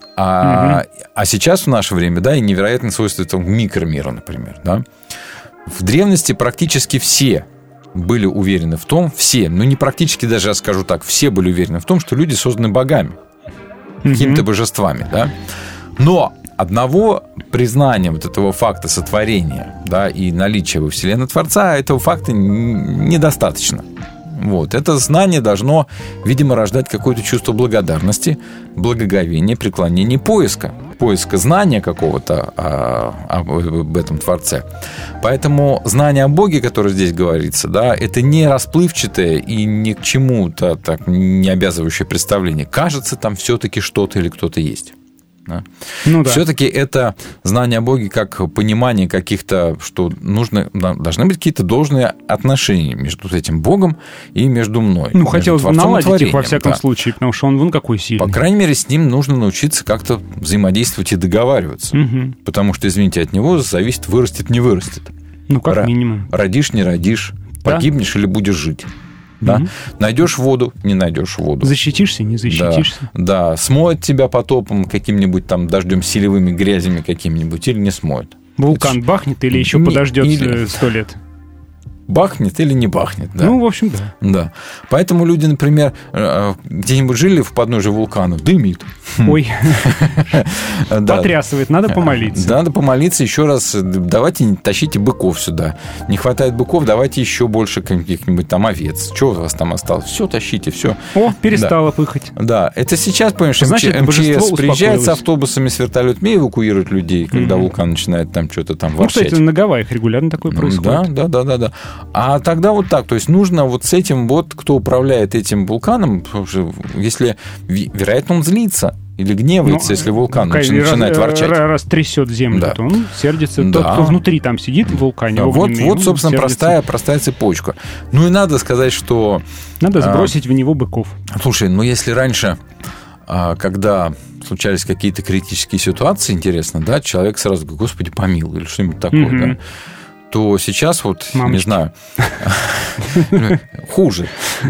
а, угу. а сейчас в наше время, да, и невероятное свойство этого микромира, например, да. В древности практически все были уверены в том, все, ну не практически даже, я скажу так, все были уверены в том, что люди созданы богами, mm-hmm. какими-то божествами, да. Но одного признания вот этого факта сотворения, да, и наличия во Вселенной Творца, этого факта недостаточно. Вот. Это знание должно, видимо, рождать какое-то чувство благодарности, благоговения, преклонения, поиска. Поиска знания какого-то а, об этом Творце. Поэтому знание о Боге, которое здесь говорится, да, это не расплывчатое и ни к чему-то так не обязывающее представление. Кажется, там все-таки что-то или кто-то есть. Да? Ну, да. Все-таки это знание о Боге как понимание каких-то, что нужно, должны быть какие-то должные отношения между этим Богом и между мной. Ну, хотелось бы наладить их во всяком да. случае, потому что он вон какой сильный. По крайней мере, с ним нужно научиться как-то взаимодействовать и договариваться. Угу. Потому что, извините, от него зависит, вырастет, не вырастет. Ну, как Р- минимум. Родишь, не родишь, да? Погибнешь или будешь жить. Да? Угу. Найдешь воду, не найдешь воду. Защитишься, не защитишься. Да, да. Смоет тебя потопом каким-нибудь там дождем, селевыми грязями какими-нибудь, или не смоет. Вулкан Это бахнет или еще не, подождет или... сто лет? Бахнет или не бахнет, да. Ну, в общем, да. Да. Поэтому люди, например, где-нибудь жили в подножии вулкана, дымит. Ой, потрясывает, надо помолиться. Надо помолиться еще раз. Давайте тащите быков сюда. Не хватает быков, давайте еще больше каких-нибудь там овец. Что у вас там осталось? Все тащите, все. О, перестало пыхать. Да, это сейчас, понимаешь, МЧС приезжает с автобусами, с вертолетами и эвакуирует людей, когда вулкан начинает там что-то там ворчать. Ну, кстати, на Гавайях регулярно такое происходит. Да, да, да, да. А тогда вот так, то есть нужно вот с этим вот, кто управляет этим вулканом, если, вероятно, он злится или гневается, ну, если вулкан раз, начинает ворчать. Раз трясет землю, да. то он сердится. Да. Тот, кто внутри там сидит в вулкане, да. вот, вот, собственно, простая, простая цепочка. Ну и надо сказать, что... Надо сбросить а, в него быков. Слушай, ну если раньше, когда случались какие-то критические ситуации, интересно, да, человек сразу говорит, Господи, помилуй, или что-нибудь такое, mm-hmm. да, то сейчас вот, Мамочки. не знаю, хуже.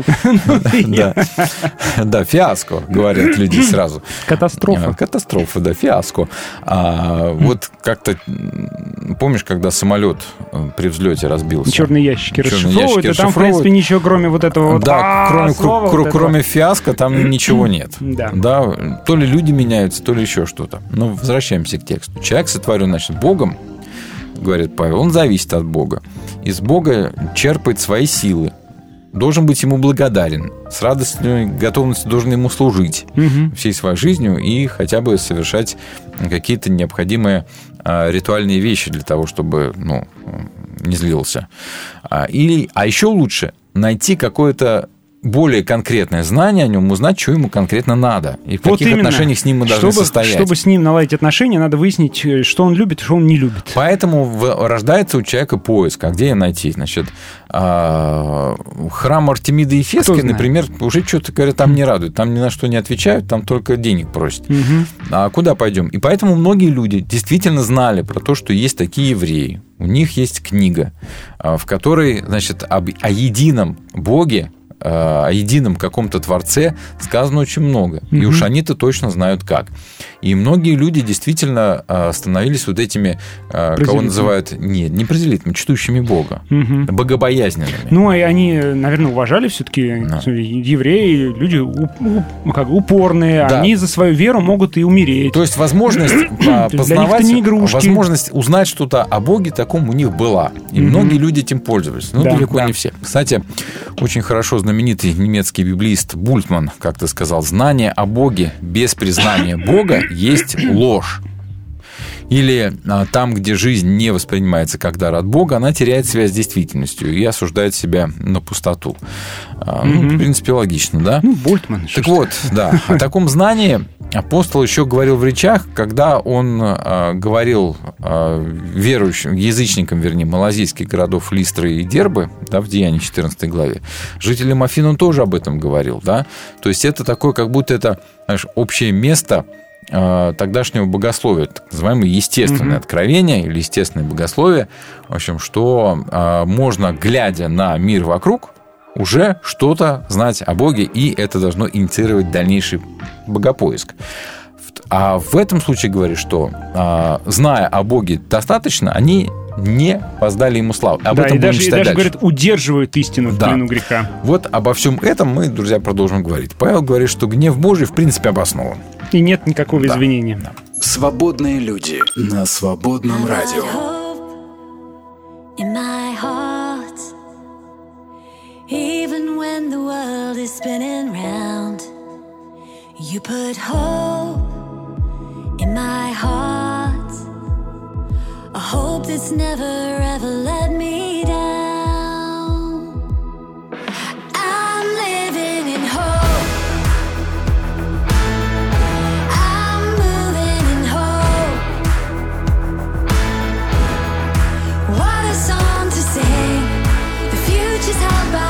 Да, фиаско, говорят люди сразу. Катастрофа. Катастрофа, да, фиаско. Вот как-то, помнишь, когда самолет при взлете разбился? Черные ящики расшифровывают, и там, в принципе, ничего, кроме вот этого вот Да, кроме фиаско, там ничего нет. Да. То ли люди меняются, то ли еще что-то. Но возвращаемся к тексту. Человек сотворен, значит, Богом, говорит Павел, он зависит от Бога. Из Бога черпает свои силы. Должен быть ему благодарен. С радостной готовностью должен ему служить угу. всей своей жизнью и хотя бы совершать какие-то необходимые а, ритуальные вещи для того, чтобы ну, не злился. А, или, а еще лучше найти какое-то более конкретное знание о нем, узнать, что ему конкретно надо. И в вот каких именно. отношениях с ним мы должны чтобы, состоять. Чтобы с ним наладить отношения, надо выяснить, что он любит, что он не любит. Поэтому рождается у человека поиск. А где ее найти? Значит, храм Артемиды Ефесской, например, уже что-то, говорят, там не радует. Там ни на что не отвечают, там только денег просят. Угу. А куда пойдем? И поэтому многие люди действительно знали про то, что есть такие евреи. У них есть книга, в которой, значит, об, о едином Боге, о едином каком-то Творце сказано очень много. Mm-hmm. И уж они-то точно знают как. И многие люди действительно становились вот этими, кого называют, нет, не прозелитами, чтущими Бога, mm-hmm. богобоязненными. Ну, и они, наверное, уважали все-таки да. евреи, люди как, упорные, да. они за свою веру могут и умереть. То есть возможность познавать, возможность узнать что-то о Боге таком у них была. И mm-hmm. многие люди этим пользовались. Но да, далеко да. не все. Кстати, очень хорошо знаменитый немецкий библеист Бультман как-то сказал, знание о Боге без признания Бога есть ложь. или а, там, где жизнь не воспринимается как дар от Бога, она теряет связь с действительностью и осуждает себя на пустоту. А, ну, mm-hmm. в принципе, логично, да? Ну, Больтман. Так вот, да, о таком знании апостол еще говорил в речах, когда он а, говорил а, верующим, язычникам, вернее, малазийских городов Листры и Дербы, да, в Деянии четырнадцатой главе. Жителям Афин он тоже об этом говорил, да? То есть это такое, как будто это, знаешь, общее место а, тогдашнего богословия, так называемое естественное mm-hmm. откровение или естественное богословие, в общем, что а, можно, глядя на мир вокруг, уже что-то знать о Боге, и это должно инициировать дальнейший богопоиск. А в этом случае говорит, что, зная о Боге достаточно, они не воздали ему славу. Об да, этом и будем даже, читать и даже дальше. говорят, удерживают истину в да. плену греха. Вот обо всем этом мы, друзья, продолжим говорить. Павел говорит, что гнев Божий в принципе обоснован. И нет никакого да. извинения. Да. Свободные люди на свободном радио. Even when the world is spinning round, you put hope in my heart, a hope that's never ever let me down. I'm living in hope, I'm moving in hope. What a song to sing, the future's held by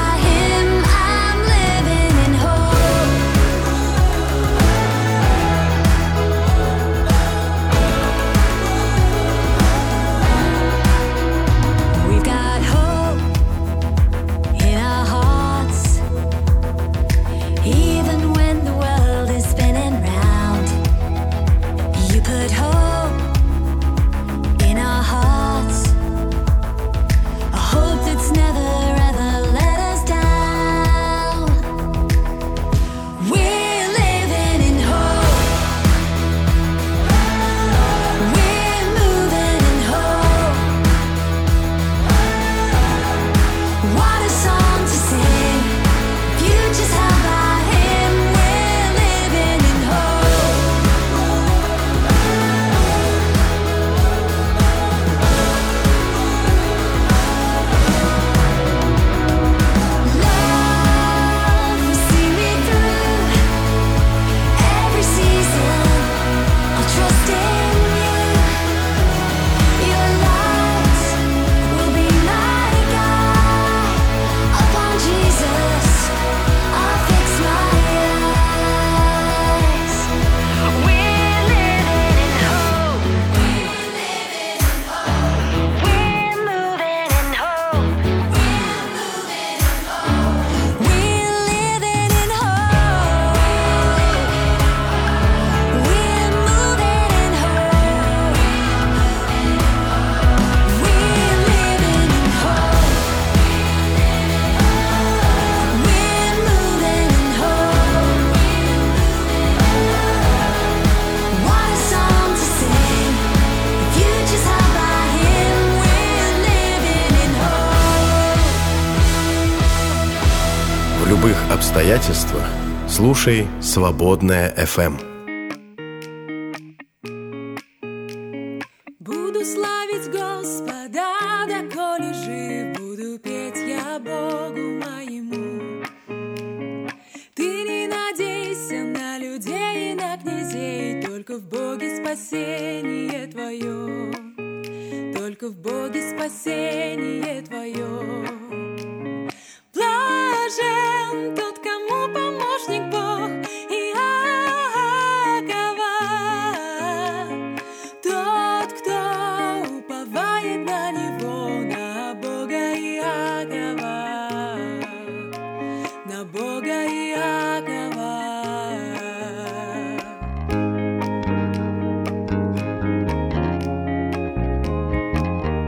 В любых обстоятельствах слушай «Свободное эф эм». Буду славить Господа, доколе жив, буду петь я Богу моему. Ты не надейся на людей и на князей, только в Боге спасение твое, только в Боге спасение твое. Блажен тот, кому помощник Бог Иакова, тот, кто уповает на Него, на Бога Иакова, на Бога Иакова.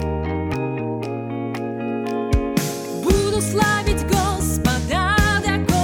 Буду славить Господа, доколе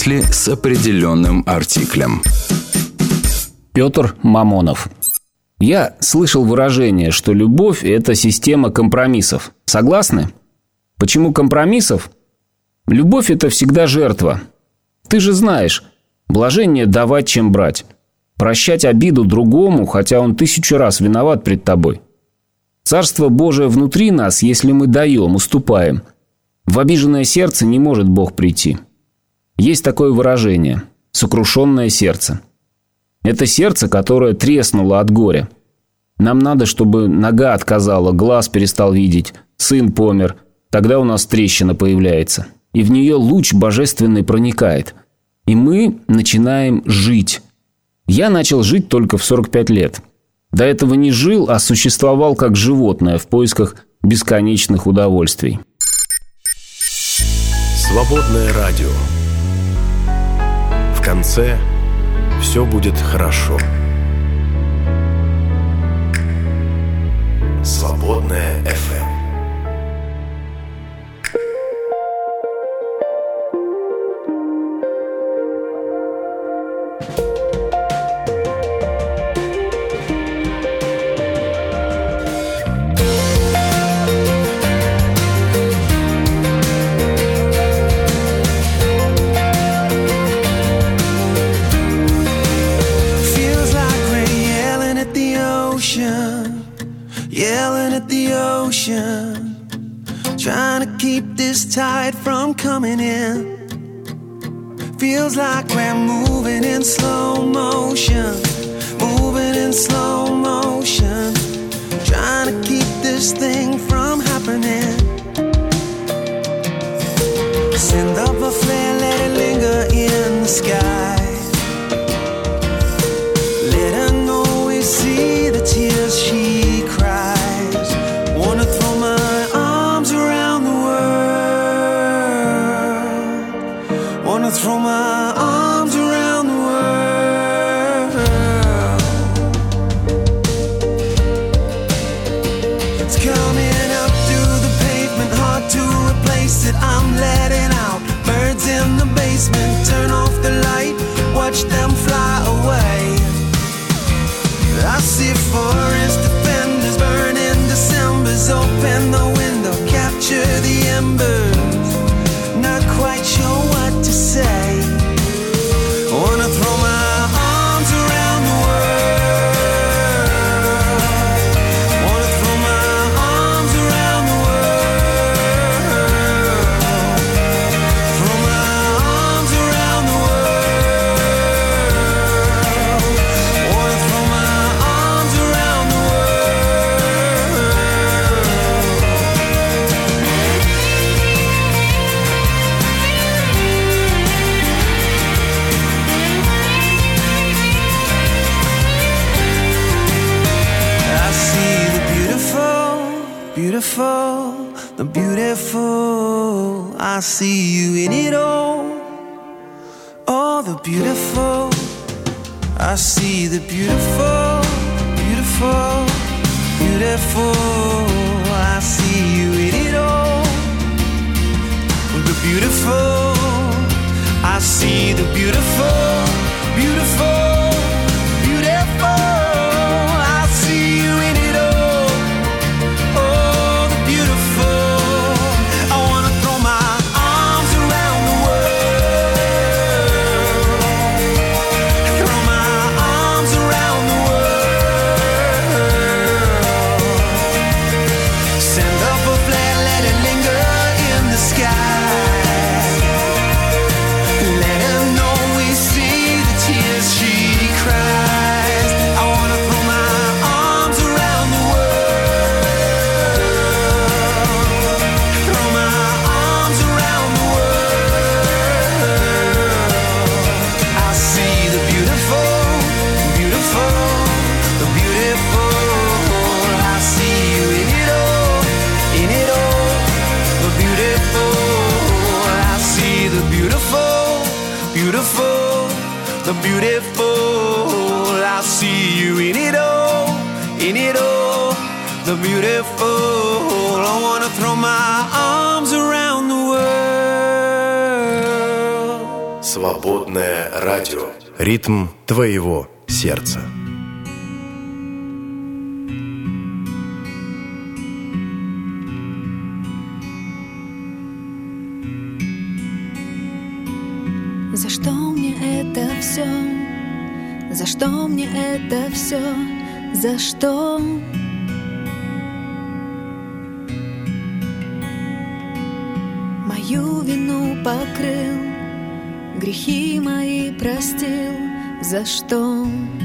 мысли с определенным артиклем. Петр Мамонов. Я слышал выражение, что любовь – это система компромиссов. Согласны? Почему компромиссов? Любовь – это всегда жертва. Ты же знаешь, блажение давать, чем брать. Прощать обиду другому, хотя он тысячу раз виноват пред тобой. Царство Божие внутри нас, если мы даем, уступаем. В обиженное сердце не может Бог прийти. Есть такое выражение – сокрушенное сердце. Это сердце, которое треснуло от горя. Нам надо, чтобы нога отказала, глаз перестал видеть, сын помер. Тогда у нас трещина появляется. И в нее луч божественный проникает. И мы начинаем жить. Я начал жить только в сорок пять лет. До этого не жил, а существовал как животное в поисках бесконечных удовольствий. Свободное радио. В конце все будет хорошо. Свободное эф эм. Trying to keep this tide from coming in. Feels like we're moving in slow motion. Moving in slow motion. Trying to keep this thing from happening. Send up a flare, let it linger in the sky. Let her know we see the tears she cries. Wanna throw my arms around the world. Wanna throw my arms around the world. It's coming up through the pavement, hard to replace it. I'm letting out birds in the basement. Turn off the light, watch them fly away. I see forest defenders burning Decembers. Open the window, capture the embers. Not quite sure what to say. Wanna throw my arms around the world. Wanna throw my arms around the world. Throw my arms around the world. Wanna throw my arms around the beautiful, the beautiful. I see you in it all. Oh, the beautiful. I see the beautiful, beautiful, beautiful. I see you in it all. The beautiful. I see the beautiful, beautiful, beautiful. I see you in it all. The beautiful, I see you in it all, in it all. The beautiful, I wanna throw my arms around the world. Свободное радио. Ритм твоего сердца. За что мне это все? За что мне это все? За что? Мою вину покрыл, грехи мои простил. За что?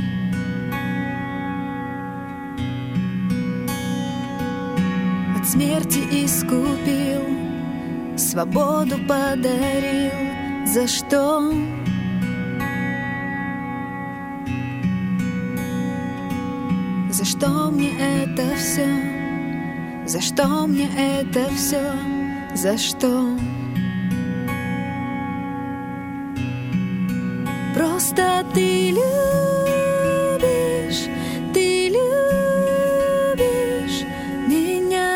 От смерти искупил, свободу подарил. За что? За что мне это все? За что мне это все? За что? Просто ты любишь, ты любишь меня.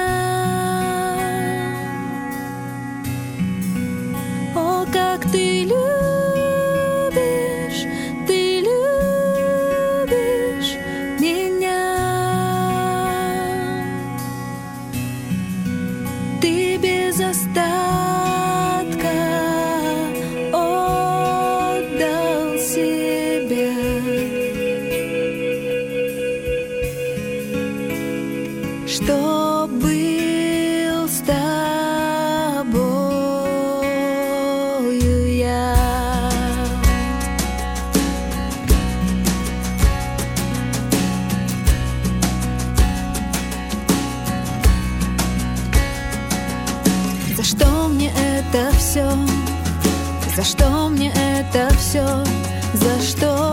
О, как ты любишь, ты любишь меня. Ты без остатка отдал себя. Что был с тобою я. За что мне это все? За что мне это все? За что?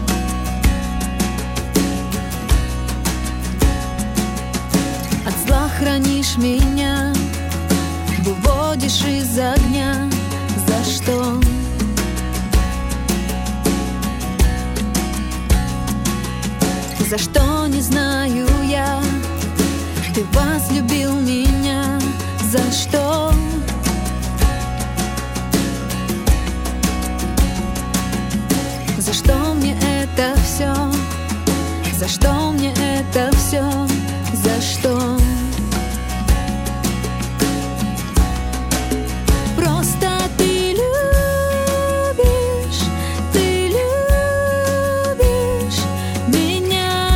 От зла хранишь меня, выводишь из огня. За что? За что, не знаю я. Ты возлюбил меня. За что? За что мне это все? За что мне это все? За что? Просто ты любишь, ты любишь меня.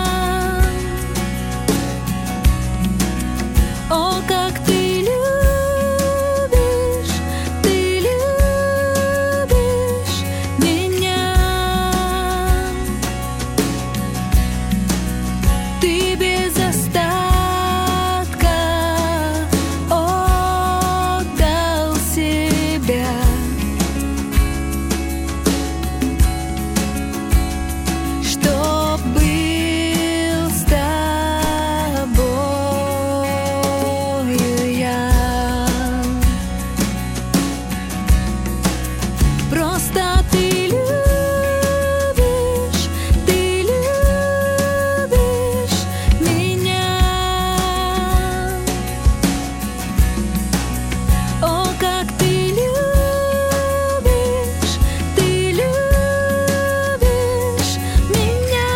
О, как ты любишь, ты любишь меня. Ты без остатка отдал себя. Чтоб был с тобою я. Просто ты любишь, ты любишь меня. О, как ты любишь, ты любишь меня.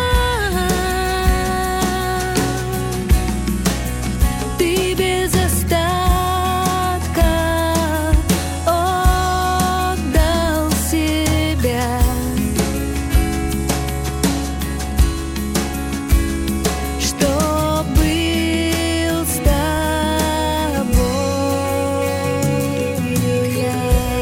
Ты без остатка отдал себя. Чтоб был с тобою я.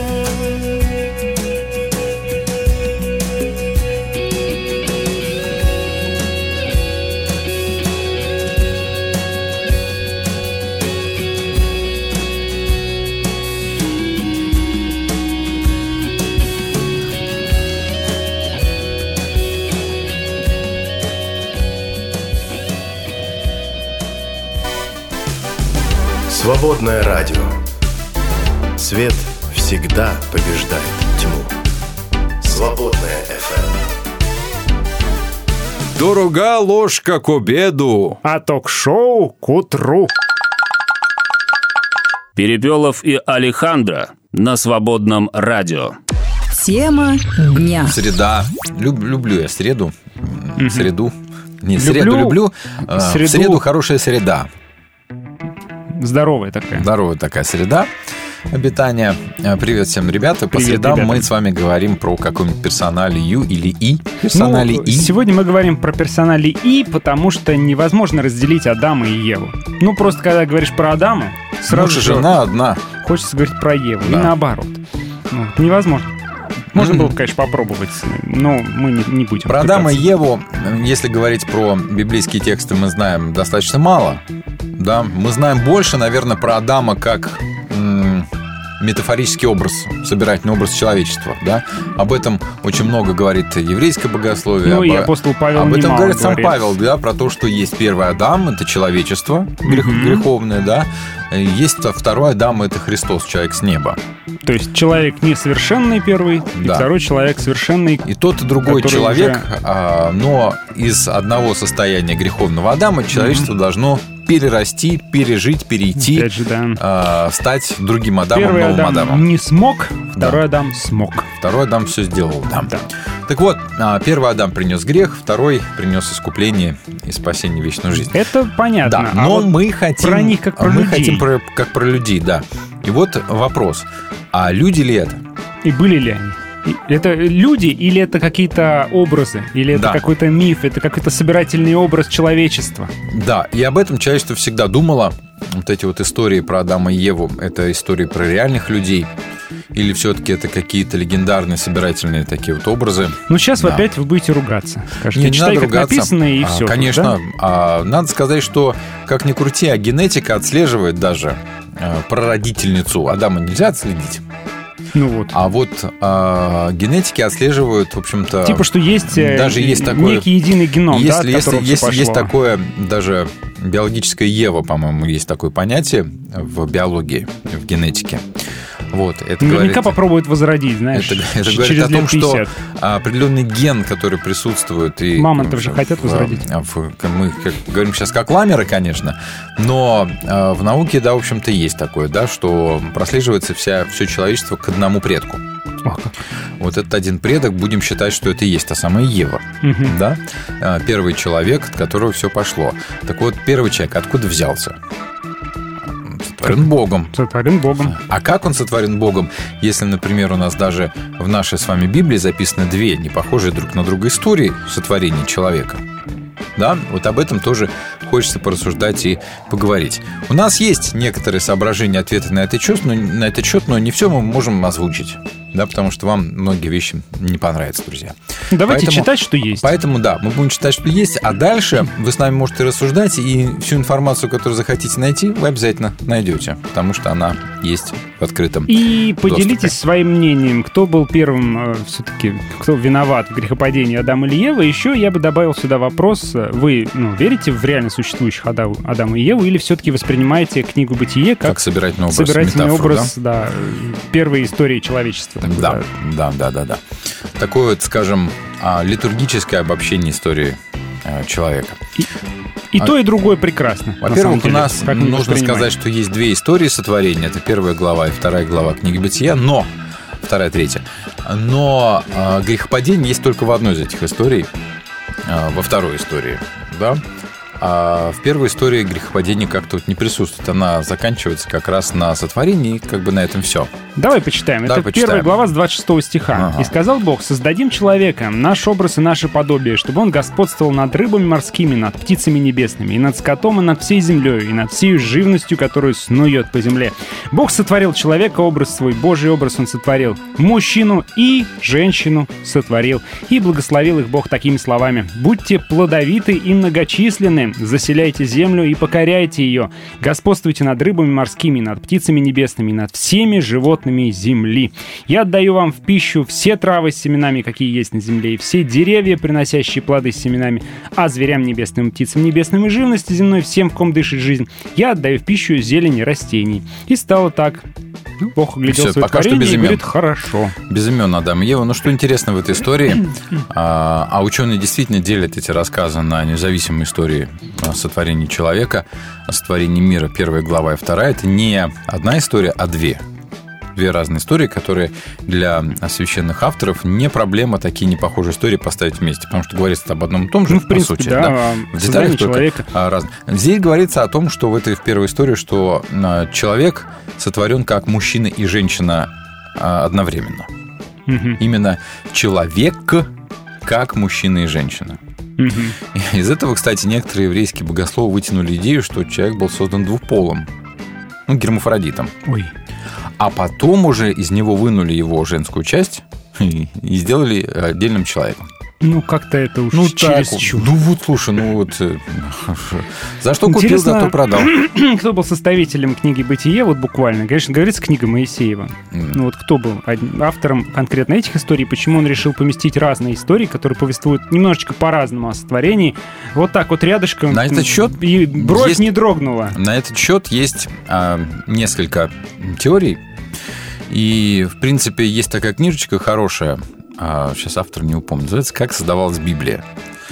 Свободное радио. Свет всегда побеждает тьму. Свободное эф эм. Дорога ложка к обеду. А ток-шоу к утру. Перепелов и Алехандро на Свободном радио. Тема дня. Среда. Люб, люблю я среду. Мгм. Среду. Не, Люблю среду люблю. А, среду. В среду хорошая среда. Здоровая такая. Здоровая такая среда обитания. А, Привет всем, ребята. По Привет, средам ребята. мы с вами говорим про какую-нибудь персоналию или и. Персоналии Ну, и. Сегодня мы говорим про персонали «и», потому что невозможно разделить Адама и Еву. Ну, просто когда говоришь про Адама, сразу Муж и же жена одна. хочется говорить про Еву. Да. И наоборот. Ну, невозможно. Можно Мгм. было бы, конечно, попробовать, но мы не, не будем. Про Адама и пытаться. Еву, если говорить про библейские тексты, мы знаем достаточно мало. Да? Мы знаем больше, наверное, про Адама как м, метафорический образ, собирательный образ человечества. Да? Об этом очень много говорит еврейское богословие. Ну, об, и апостол Павел об этом немало говорит сам говорит. Павел, да, про то, что есть первый Адам, это человечество грех- Мгм. греховное, да. И есть второй Адам, это Христос, человек с неба. То есть человек несовершенный первый, и Да. второй человек совершенный. И тот, и другой который человек, уже- а, но из одного состояния греховного Адама человечество должно перерасти, пережить, перейти, Опять же, да. а, стать другим Адамом, Первый новым Адам Адамом. не смог, второй Адам смог. Второй Адам все сделал, да. Да. Так вот, а, первый Адам принес грех, второй принес искупление и спасение вечную жизнь. Это понятно. Да, А но вот мы хотим... про них как про мы людей. хотим про, как про людей, да. И вот вопрос. А люди ли это? И были ли они? И Это люди или это какие-то образы? Или это Да. какой-то миф? Это какой-то собирательный образ человечества? Да, и об этом человечество всегда думало. Вот эти вот истории про Адама и Еву, это истории про реальных людей? Или все-таки это какие-то легендарные, собирательные такие вот образы? Ну, сейчас Да. вы опять вы будете ругаться. Скажете, Не, не читай, надо как ругаться. написано, и А, все. Конечно. А, надо сказать, что, как ни крути, а генетика отслеживает даже а, прародительницу. Адама нельзя отследить. Ну вот. А вот а, генетики отслеживают, в общем-то... Типа, что есть, э, даже есть такое... некий единый геном, да, от если, которого если, всё если есть пошло. такое даже биологическое Ева, по-моему, есть такое понятие в биологии, в генетике. Вот, это Наверняка говорит, попробуют возродить, знаешь, это, это ч- говорит через о том, лет что пятьдесят. определенный ген, который присутствует... И Мамонтов же в- хотят в- возродить. в- мы как, говорим сейчас как ламеры, конечно, но э, в науке, да, в общем-то, есть такое, да, что прослеживается вся, все человечество к одному предку. Ох, как. Вот этот один предок, будем считать, что это и есть та самая Ева. Мгм. Да? А, Первый человек, от которого все пошло. Так вот, первый человек откуда взялся? Сотворен Богом. Сотворен Богом. А как он сотворен Богом, если, например, у нас даже в нашей с вами Библии записаны две не похожие друг на друга истории сотворения человека? Да, вот об этом тоже хочется порассуждать и поговорить. У нас есть некоторые соображения, ответы на этот счет, но, на этот счет, но не все мы можем озвучить. Да, потому что вам многие вещи не понравятся, друзья. Давайте Поэтому- читать, что есть. Поэтому, да, мы будем читать, что есть, а дальше вы с нами можете рассуждать, и всю информацию, которую захотите найти, вы обязательно найдете, потому что она есть в открытом И поделитесь доступе. своим мнением, кто был первым все-таки, кто виноват в грехопадении Адама или Евы. Еще я бы добавил сюда вопрос. Вы ну, верите в реально существующих Ада- Адама и Еву или все-таки воспринимаете книгу «Бытие» как, Как собирательный образ, собирательный метафору, образ да, первой истории человечества? такой, Да, да, да, да, да. Такое вот, скажем, а, литургическое обобщение истории а, человека. И А- то, и другое прекрасно. на Во-первых, самом у деле, нас как ни нужно воспринимать. сказать, что есть две истории сотворения. Это первая глава и вторая глава книги «Бытия», но вторая, третья. Но а, грехопадение есть только в одной из этих историй, а, во второй истории, да. А в первой истории грехопадение как-то вот не присутствует. Она заканчивается как раз на сотворении, и как бы на этом все. Давай почитаем. Давай Это почитаем. первая глава с двадцать шестого стиха. Ага. «И сказал Бог, создадим человека, наш образ и наше подобие, чтобы он господствовал над рыбами морскими, над птицами небесными, и над скотом, и над всей землей, и над всей живностью, которую снует по земле. Бог сотворил человека, образ свой, Божий образ он сотворил. Мужчину и женщину сотворил. И благословил их Бог такими словами. Будьте плодовиты и многочисленны, заселяйте землю и покоряйте ее. Господствуйте над рыбами морскими, над птицами небесными, и над всеми животными земли. Я отдаю вам в пищу все травы с семенами, какие есть на земле, и все деревья, приносящие плоды с семенами, а зверям небесным, птицам небесным и живности земной, всем, в ком дышит жизнь, я отдаю в пищу зелени растений. И стало так. Бог оглядел Всё, свое пока что творение без и имен. говорит, хорошо. Без имен Адам и Ева. Ну, что интересно в этой истории, а, а ученые действительно делят эти рассказы на независимые истории о сотворении человека, о сотворении мира, первая глава и вторая. Это не одна история, а две. две разные истории, которые для священных авторов не проблема такие непохожие истории поставить вместе, потому что говорится об одном и том же, ну, в принципе, по сути. Да, да, в деталях человека. Разные. Здесь говорится о том, что в этой в первой истории, что человек сотворен как мужчина и женщина одновременно. Угу. Именно человек как мужчина и женщина. Угу. Из этого, кстати, некоторые еврейские богословы вытянули идею, что человек был создан двуполым, ну, гермафродитом. Ой. А потом уже из него вынули его женскую часть и сделали отдельным человеком. Ну, как-то это уж ну, чересчур. Ну, вот, слушай, ну вот... За что купил, за то продал. Кто был составителем книги «Бытие», вот буквально? Конечно, говорится, книга Моисеева. Mm. Ну, вот кто был автором конкретно этих историй? Почему он решил поместить разные истории, которые повествуют немножечко по-разному о сотворении? Вот так вот рядышком. На этот счет... И бровь есть, не дрогнула. На этот счет есть а, несколько теорий. И, в принципе, есть такая книжечка хорошая, сейчас автор не упомню, называется «Как создавалась Библия».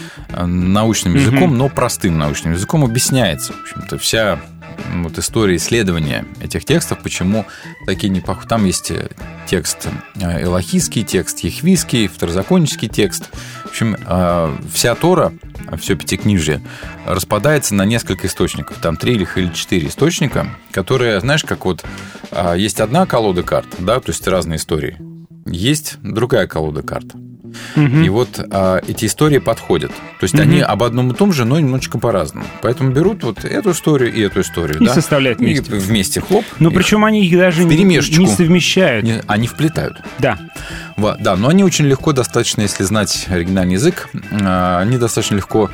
Научным языком, mm-hmm. но простым научным языком объясняется, в общем-то, вся вот история исследования этих текстов, почему такие непохожие. Там есть текст элохийский, текст ехвийский, второзаконнический текст. В общем, вся Тора, все пятикнижие, распадается на несколько источников. Там три или четыре источника, которые, знаешь, как вот есть одна колода карт, да, то есть разные истории. Есть другая колода карт. Угу. И вот а, эти истории подходят. То есть угу. они об одном и том же, но немножечко по-разному. Поэтому берут вот эту историю и эту историю. И да? составляют вместе. И вместе хлоп. Но причем они их даже не, не совмещают. Не, они вплетают. Да. Вот, да, но они очень легко, достаточно, если знать оригинальный язык, они достаточно легко,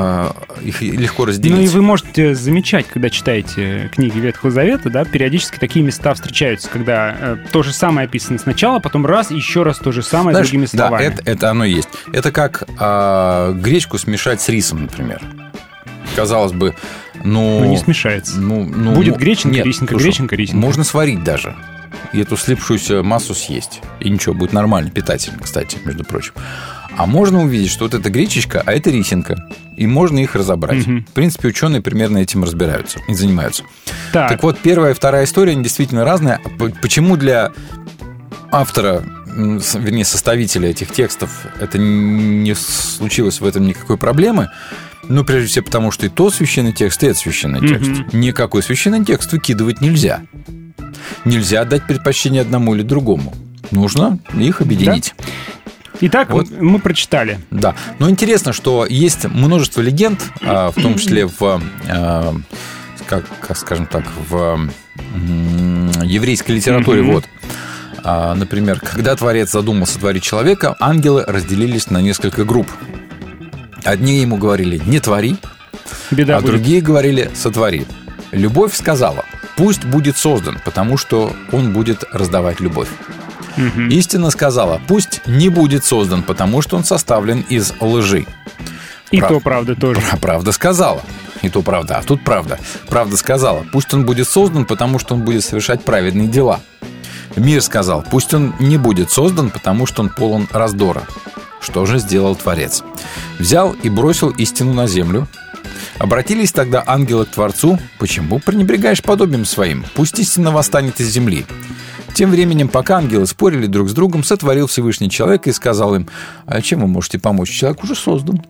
их легко разделить. Ну и вы можете замечать, когда читаете книги Ветхого Завета, да, периодически такие места встречаются, когда то же самое описано сначала, потом раз, еще раз то же самое. Знаешь, другими словами. Да, это, это оно и есть. Это как а, гречку смешать с рисом, например. Казалось бы, ну... Но не смешается. Ну, ну, Будет ну, греченка, нет, рисинка, слушай, греченка, рисинка. Можно сварить даже. И эту слипшуюся массу съесть. И ничего, будет нормально, питательно, кстати, между прочим. А можно увидеть, что вот это гречечка, а это рисинка. И можно их разобрать. Угу. В принципе, ученые примерно этим разбираются и занимаются. Так. так вот, первая и вторая история, они действительно разные. Почему для автора, вернее, составителя этих текстов это не случилось в этом никакой проблемы? Ну, прежде всего, потому что и то священный текст, и это священный угу. текст. Никакой священный текст выкидывать нельзя. Нельзя отдать предпочтение одному или другому. Нужно их объединить. Да? Итак, вот. Мы прочитали. Да. Но интересно, что есть множество легенд, в том числе в, как, как скажем так, в еврейской литературе. Mm-hmm. Вот. Например, когда Творец задумал сотворить человека, ангелы разделились на несколько групп. Одни ему говорили «не твори», Беда а будет. Другие говорили «сотвори». Любовь сказала: пусть будет создан, потому что он будет раздавать любовь. Угу. Истина сказала: пусть не будет создан, потому что он составлен из лжи. И Прав... то правда тоже. Правда сказала. И то правда. А тут правда. Правда сказала: пусть он будет создан, потому что он будет совершать праведные дела. Мир сказал: пусть он не будет создан, потому что он полон раздора. Что же сделал Творец? Взял и бросил истину на землю. Обратились тогда ангелы к Творцу: почему пренебрегаешь подобием своим? Пусть истина восстанет из земли. Тем временем, пока ангелы спорили друг с другом, сотворил Всевышний человека и сказал им: а чем вы можете помочь? Человек уже создан.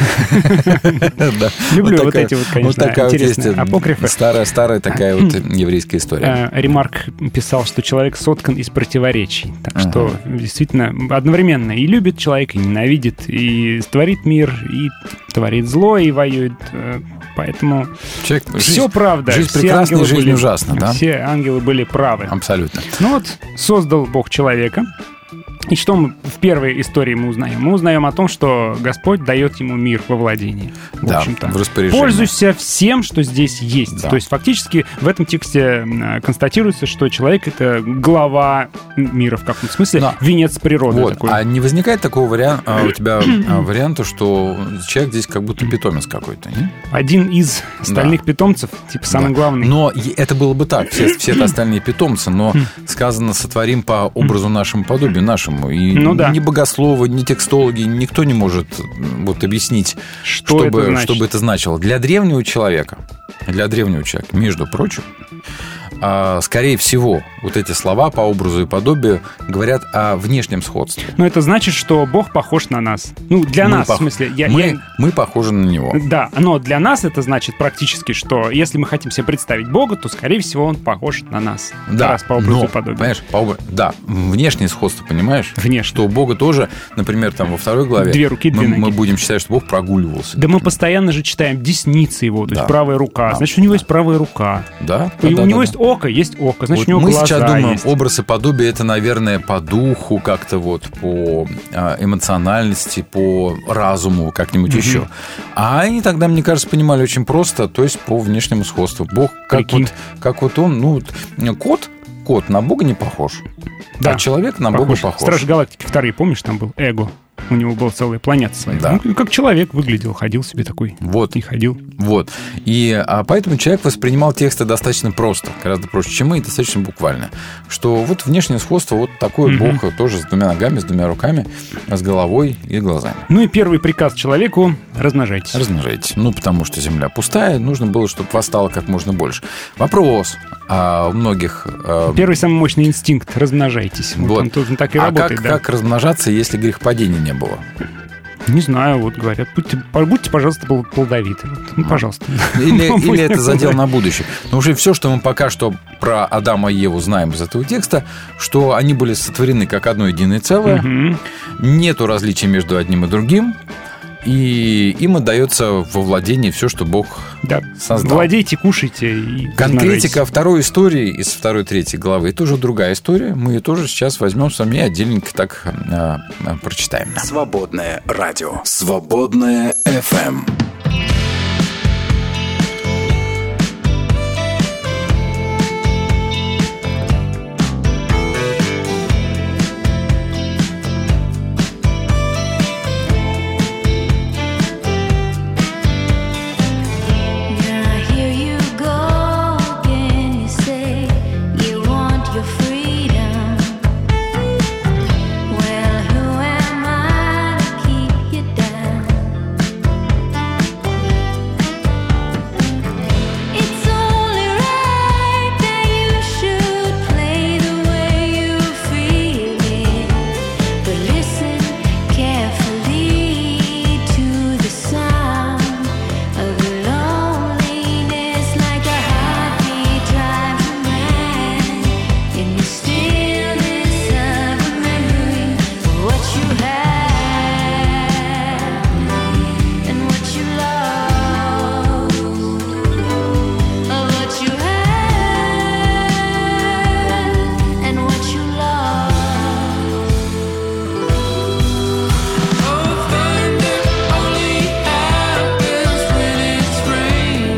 Люблю вот эти вот, конечно, интересные апокрифы. Старая-старая такая вот еврейская история. Ремарк писал, что человек соткан из противоречий. Так что действительно одновременно и любит человека, и ненавидит, и творит мир, и творит зло, и воюет. Поэтому Человек, все жизнь, правда. Жизнь все прекрасная, жизнь были, ужасна, да? Все ангелы были правы. Абсолютно. Ну вот, создал Бог человека. И что мы в первой истории мы узнаем? Мы узнаем о том, что Господь дает ему мир во владении. В да, общем-то. в распоряжении. Пользуйся всем, что здесь есть. Да. То есть фактически в этом тексте констатируется, что человек — это глава мира в каком-то смысле, да. Венец природы. Вот. Такой. А не возникает такого варианта, у тебя варианта, что человек здесь как будто питомец какой-то? Не? Один из остальных да. питомцев, типа самый да. главный. Но это было бы так, все, все это остальные питомцы, но сказано: сотворим по образу нашему, подобию нашему. И ну, да. ни богословы, ни текстологи, никто не может вот объяснить, что чтобы, это чтобы это значило. Для древнего человека, для древнего человека, между прочим, а, скорее всего, вот эти слова по образу и подобию говорят о внешнем сходстве. Но это значит, что Бог похож на нас. Ну, для мы нас, пох... в смысле. Я, мы, я... мы похожи на Него. Да, но для нас это значит практически, что если мы хотим себе представить Бога, то, скорее всего, Он похож на нас. Да, раз по образу но, и подобию. Понимаешь, по образу... Да, внешнее сходство, понимаешь? Внешне. Что у Бога тоже, например, там во второй главе две руки, две мы, ноги. мы будем считать, что Бог прогуливался. Да мы постоянно же читаем десницы Его, то есть Да. правая рука. Да. Значит, у него есть правая рука. Да? И да, у да, него да, есть да. око, есть око. Значит, Вот у него мы глаза сейчас думаем, есть. образ и подобие это, наверное, по духу, как-то вот по а, эмоциональности, по разуму, как-нибудь Мгм. еще. А они тогда, мне кажется, понимали очень просто, то есть по внешнему сходству. Бог, как Прикинь. вот, как вот он, ну, вот, кот, кот на Бога не похож, Да, а человек на похож. Бога похож. Стражи Галактики вторые, помнишь, там был Эго. У него была целая планета своя. Да. Ну, как человек выглядел, ходил себе такой. Вот. И ходил. Вот. И а поэтому человек воспринимал тексты достаточно просто, гораздо проще, чем мы, и достаточно буквально. Что вот внешнее сходство, вот такой Мгм. Бог тоже с двумя ногами, с двумя руками, с головой и глазами. Ну и первый приказ человеку — размножайтесь. Размножайтесь. Ну, потому что земля пустая, нужно было, чтобы вас стало как можно больше. Вопрос а у многих... а, Первый самый мощный инстинкт — размножайтесь. Вот, вот. он тоже так и а работает, как, да? как размножаться, если грехопадения не было? Не знаю, вот говорят, будьте, будьте пожалуйста, пл- плодовиты. Вот. Ну, пожалуйста. Или, Будьте или это задел плодовиты. на будущее. Но уже все, что мы пока что про Адама и Еву знаем из этого текста, что они были сотворены как одно единое целое, Мгм. нету различий между одним и другим, и им отдается во владение все, что Бог Да. создал. Владейте, кушайте и Конкретика размножайтесь. второй истории из второй, третьей главы. Это уже другая история. Мы ее тоже сейчас возьмем с вами и отдельненько так а, а, прочитаем. Свободное радио. Свободное эф эм. I hear you go again. You say you want your freedom. Well, who am I to keep you down? It's only right that you should play the way you feel it. But listen carefully to the sound of loneliness, like a heartbeat drives you mad. In the stillness of remembering what you had and what you lost, of what you had and what you lost. Oh, thunder only happens when it's raining.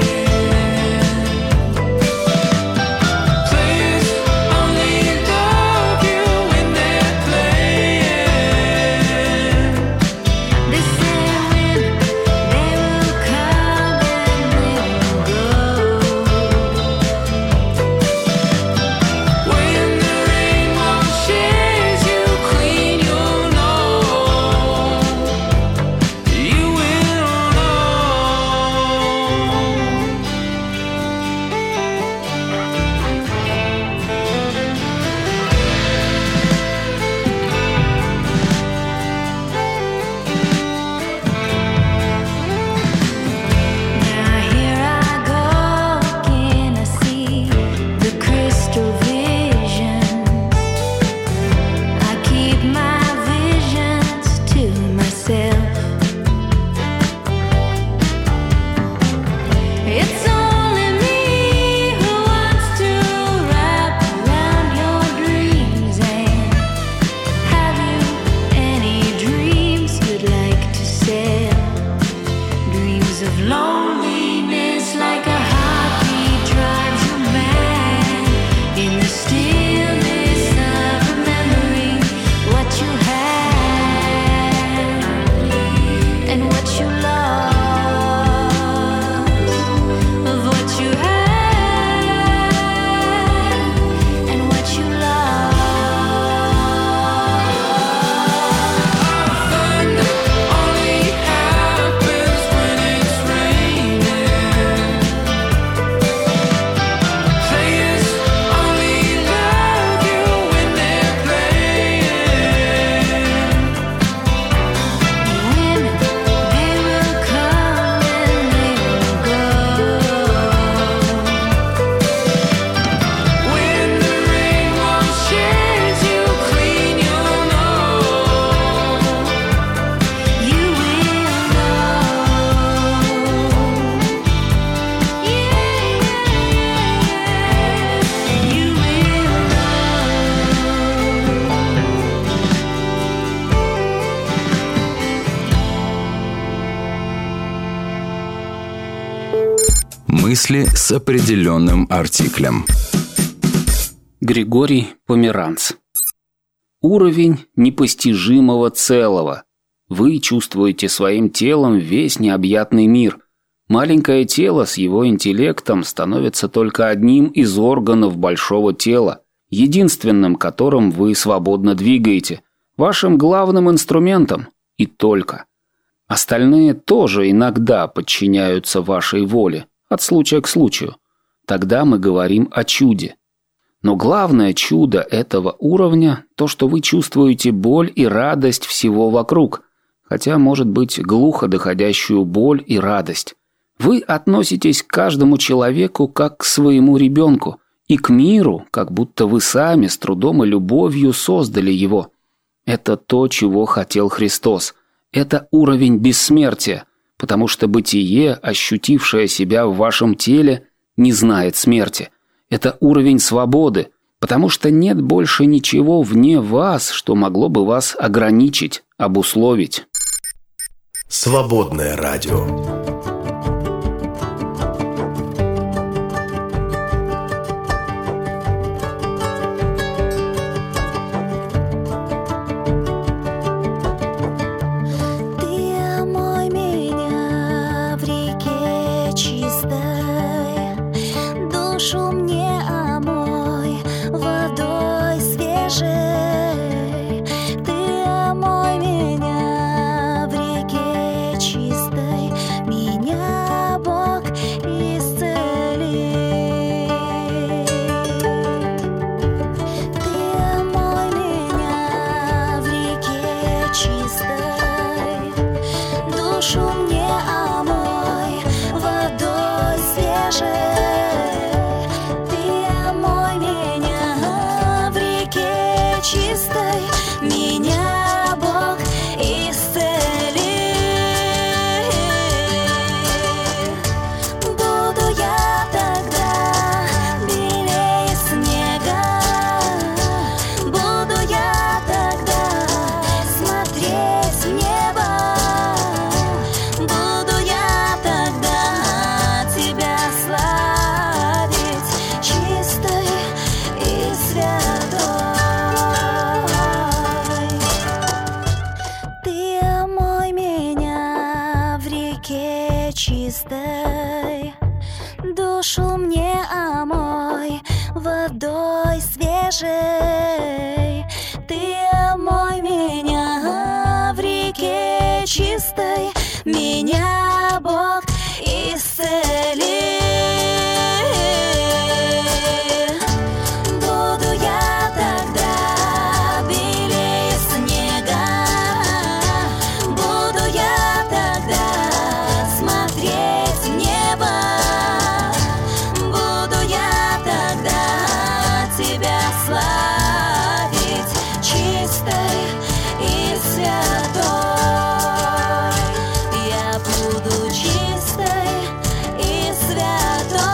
Players only love you when they're playing. They say when they will come and they will go. When the rain washes you clean, you'll know. You will know. Now here I go again. I see the crystal visions. I keep my visions to myself. It's only me who wants to wrap around your dreams. And have you any dreams you'd like to sell? Dreams of loneliness, like a heartbeat drives you mad. In the stillness of remembering what you had and what you lost, of what you had and what you lost. Thunder only happens when it's raining. Мысли с определенным артиклем. Григорий Померанц. Уровень непостижимого целого. Вы чувствуете своим телом весь необъятный мир. Маленькое тело с его интеллектом становится только одним из органов большого тела, единственным, которым вы свободно двигаете, вашим главным инструментом и только. Остальные тоже иногда подчиняются вашей воле, от случая к случаю. Тогда мы говорим о чуде. Но главное чудо этого уровня – то, что вы чувствуете боль и радость всего вокруг, хотя, может быть, глухо доходящую боль и радость. Вы относитесь к каждому человеку как к своему ребенку, и к миру, как будто вы сами с трудом и любовью создали его. Это то, чего хотел Христос. Это уровень бессмертия, потому что бытие, ощутившее себя в вашем теле, не знает смерти. Это уровень свободы, потому что нет больше ничего вне вас, что могло бы вас ограничить, обусловить. Свободное радио. чистой, душу мне омой водой свежей. Ты омой меня в реке чистой, меня Бог исцели. Буду я тогда белее снега, буду я тогда смотреть в небо, буду я тогда тебя славить чистой и святой. Я буду чистой и святой.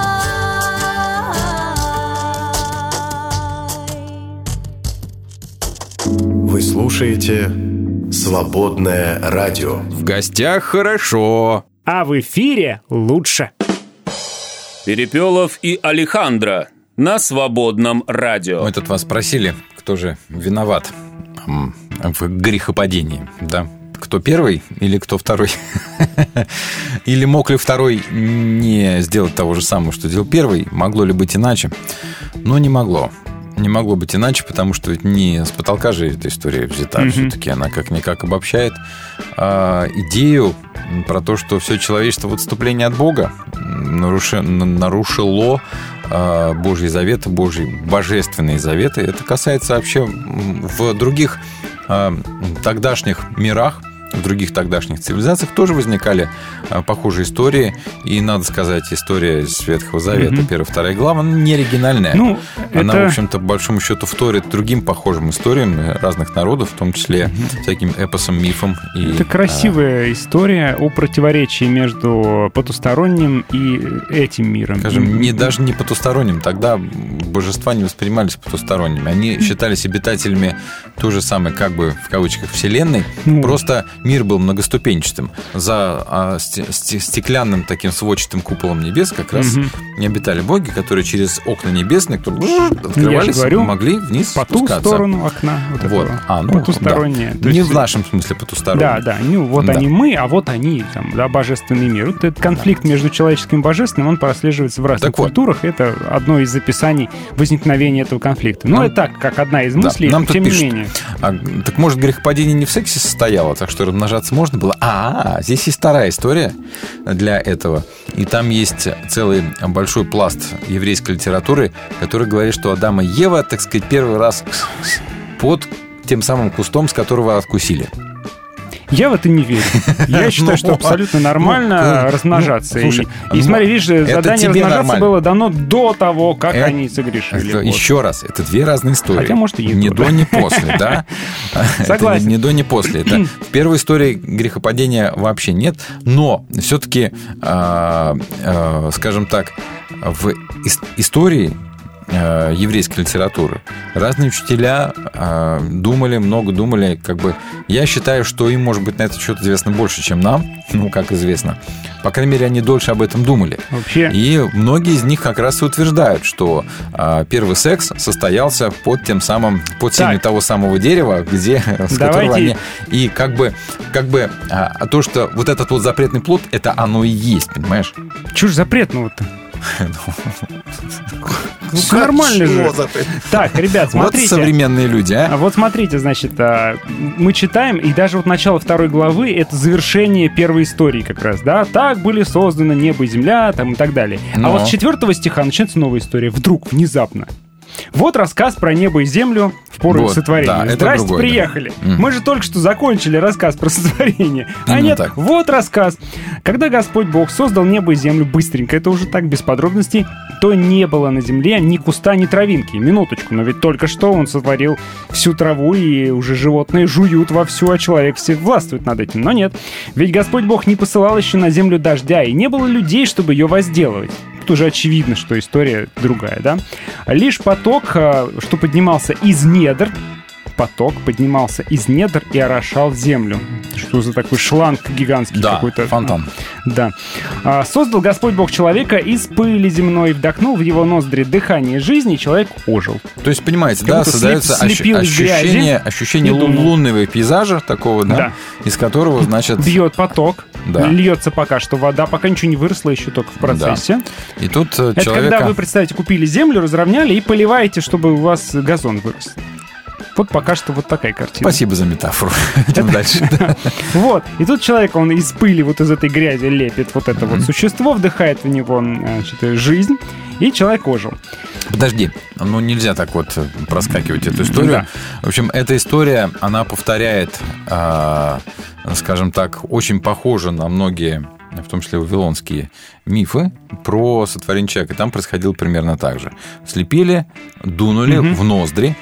Вы слушаете «Свободное радио». В гостях хорошо. А в эфире лучше. Перепелов и Алехандро на Свободном радио. Мы тут вас спросили, кто же виноват м, в грехопадении, да? Кто первый или кто второй? Или мог ли второй не сделать того же самого, что сделал первый? Могло ли быть иначе? Но не могло. Не могло быть иначе, потому что ведь не с потолка же эта история взята. Mm-hmm. Все-таки она как-никак обобщает а, идею про то, что все человечество в отступлении от Бога наруши, нарушило а, Божьи заветы, Божьи божественные заветы. Это касается вообще в других а, тогдашних мирах, в других тогдашних цивилизациях тоже возникали а, похожие истории. И, надо сказать, история из Ветхого Завета, mm-hmm. первая, вторая глава, она не оригинальная. Ну, она, это... в общем-то, по большому счету, вторит другим похожим историям разных народов, в том числе mm-hmm. всяким эпосам, мифам. И, это красивая а... история о противоречии между потусторонним и этим миром. Скажем, не, даже не потусторонним. Тогда божества не воспринимались потусторонними. Они mm-hmm. считались обитателями той же самой, как бы, в кавычках, вселенной. Mm-hmm. Просто мир был многоступенчатым. За а, сте- сте- стеклянным таким сводчатым куполом небес как раз Мгм. не обитали боги, которые через окна небесные которые открывались, говорю, могли вниз По ту спускаться. сторону окна. Вот Вот. этого. А, ну, Потустороннее. да. То Не есть- в нашем смысле потустороннее. Да, да. Ну, вот Да. они мы, а вот они, там, да, божественный мир. Вот этот конфликт между человеческим и божественным, он прослеживается в разных Так вот. культурах. Это одно из описаний возникновения этого конфликта. Ну, Нам- это так, как одна из Да, мыслей, нам тут тем пишут. не менее. А, так может, грехопадение не в сексе состояло, так что размножаться можно было? А, здесь есть вторая история для этого. И там есть целый большой пласт еврейской литературы, который говорит, что Адам и Ева, так сказать, первый раз под тем самым кустом, с которого откусили. Я в это не верю. Я считаю, что абсолютно нормально ну, размножаться. ну, слушай, И, и ну, смотри, видишь, это задание тебе размножаться нормально. было дано до того, как Это- они согрешили. Это, Вот. Еще раз, это две разные истории. Хотя, может, и не есть, до, да. не после, да? Согласен. Это не, не до, не после. Это в первой истории грехопадения вообще нет, но все-таки, скажем так, в ис- истории э, еврейской литературы разные учителя э, думали, много думали, как бы. Я считаю, что им, может быть, на этот счет известно больше, чем нам, ну, как известно. По крайней мере, они дольше об этом думали. Вообще. И многие из них как раз и утверждают, что э, первый секс состоялся под тем самым, под сенью того самого дерева, где, с которого они... И как бы, как бы а, то, что вот этот вот запретный плод, это оно и есть, понимаешь? Чушь запретного-то. Все нормально же. Так, ребят, смотрите. Вот современные люди, а? А Вот смотрите, значит, а, мы читаем, и даже вот начало второй главы — это завершение первой истории как раз, да? Так были созданы небо и земля, там и так далее. А Но. вот с четвертого стиха начинается новая история. Вдруг, внезапно. Вот рассказ про небо и землю в пору Вот, их сотворения. да, это Здрасте, другое, да. приехали. Мгм. Мы же только что закончили рассказ про сотворение. А Именно нет, так. вот рассказ. Когда Господь Бог создал небо и землю быстренько, это уже так, без подробностей, то не было на земле ни куста, ни травинки. Минуточку, но ведь только что он сотворил всю траву, и уже животные жуют вовсю, а человек все властвует над этим. Но нет. Ведь Господь Бог не посылал еще на землю дождя, и не было людей, чтобы ее возделывать. Тут уже очевидно, что история другая, да? Лишь поток, а, что поднимался из недр, поток поднимался из недр и орошал землю. Что за такой шланг гигантский Да, какой-то? фонтан. Да. А, Создал Господь Бог человека из пыли земной, вдохнул в его ноздри дыхание жизни, и человек ожил. То есть, понимаете, Как да, будто создается слеп- ощу- слепил из грязи ощущение, ощущение и лу- думал. лунного пейзажа такого, да, Да. из которого, значит... Бьет поток, Да. льется пока что вода, пока ничего не выросло еще только в процессе. И тут э, Это человека... когда вы, представьте, купили землю, разровняли и поливаете, чтобы у вас газон вырос. Вот пока что вот такая картина. Спасибо за метафору. Идем дальше. Вот. И тут человек, он из пыли, вот из этой грязи лепит вот это вот существо, вдыхает в него, значит, жизнь, и человек ожил. Подожди, ну нельзя так вот проскакивать эту историю. Да. В общем, эта история, она повторяет, э, скажем так, очень похожа на многие, в том числе вавилонские мифы про сотворение человека. Там происходило примерно так же. Слепили, дунули Мгм. в ноздри.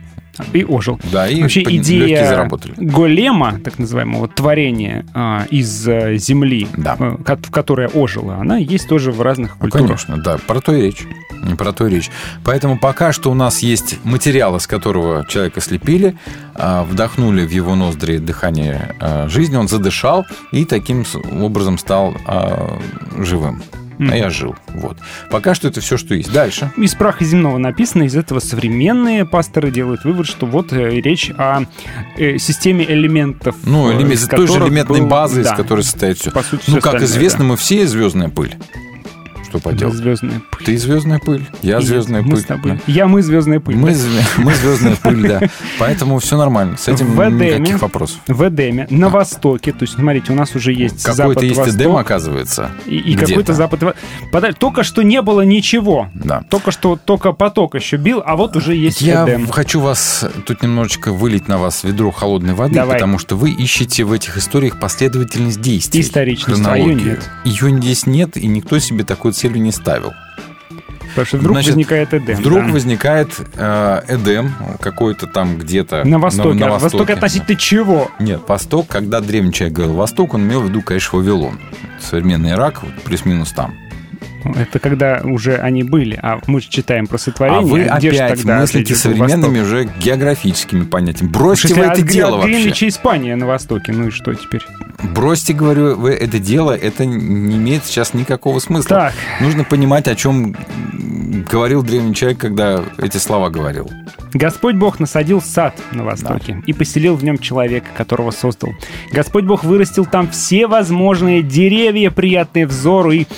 И ожил. Да, и Вообще под- идея легкие заработали. голема, так называемого творения а, из а, земли, Да. а, ко- которая ожила, она есть тоже в разных Ну, культурах. конечно, да, про то и речь. Про то и речь. Поэтому пока что у нас есть материал, из которого человека слепили, а, вдохнули в его ноздри дыхание а, жизни, он задышал и таким с- образом стал а, живым. А я жил. Вот. Пока что это все, что есть. Дальше. Из праха земного написано, из этого современные пасторы делают вывод, что вот э, речь о э, системе элементов. Ну, э, элемент- из той же которых элементной был- базы, да, из которой состоит все. по сути, Ну, всё как остальное, известно, да. мы все звездная пыль. Что поделать? Звездная пыль. Ты звездная пыль, я И звездная мы пыль. с тобой. Да. Я, мы звездная пыль. Мы, да. зве- мы звездная пыль, да. Поэтому все нормально. С этим В Эдеме, никаких вопросов. в Эдеме, на востоке, то есть, смотрите, у нас уже есть Какой-то есть запад-восток. Эдем, оказывается. И, и где-то. какой-то запад. Подаль- Только что не было ничего. Да. Только что только поток еще бил, а вот уже есть Я Эдем. хочу вас тут немножечко вылить на вас ведро холодной воды, Давай. потому что вы ищете в этих историях последовательность действий. Историчность, а хронологию. её нет. Ее здесь нет, и никто себе такой цели не ставил. Потому что вдруг Значит, возникает Эдем. Вдруг да. возникает э, Эдем, какой-то там где-то... На востоке. на А Восток относительно чего? Нет, Восток, когда древний человек говорил Восток, он имел в виду, конечно, Вавилон. Современный Ирак, вот, плюс-минус там. Ну, это когда уже они были, а мы же читаем про сотворение. А вы где опять же тогда мыслите современными уже географическими понятиями. Бросьте Слушайте, вы это а дело вообще. Гринвич и Испания на востоке, ну и что теперь? Бросьте, говорю, вы это дело, это не имеет сейчас никакого смысла. Так. Нужно понимать, о чем говорил древний человек, когда эти слова говорил. Господь Бог насадил сад на востоке Да. и поселил в нем человека, которого создал. Господь Бог вырастил там все возможные деревья, приятные взору и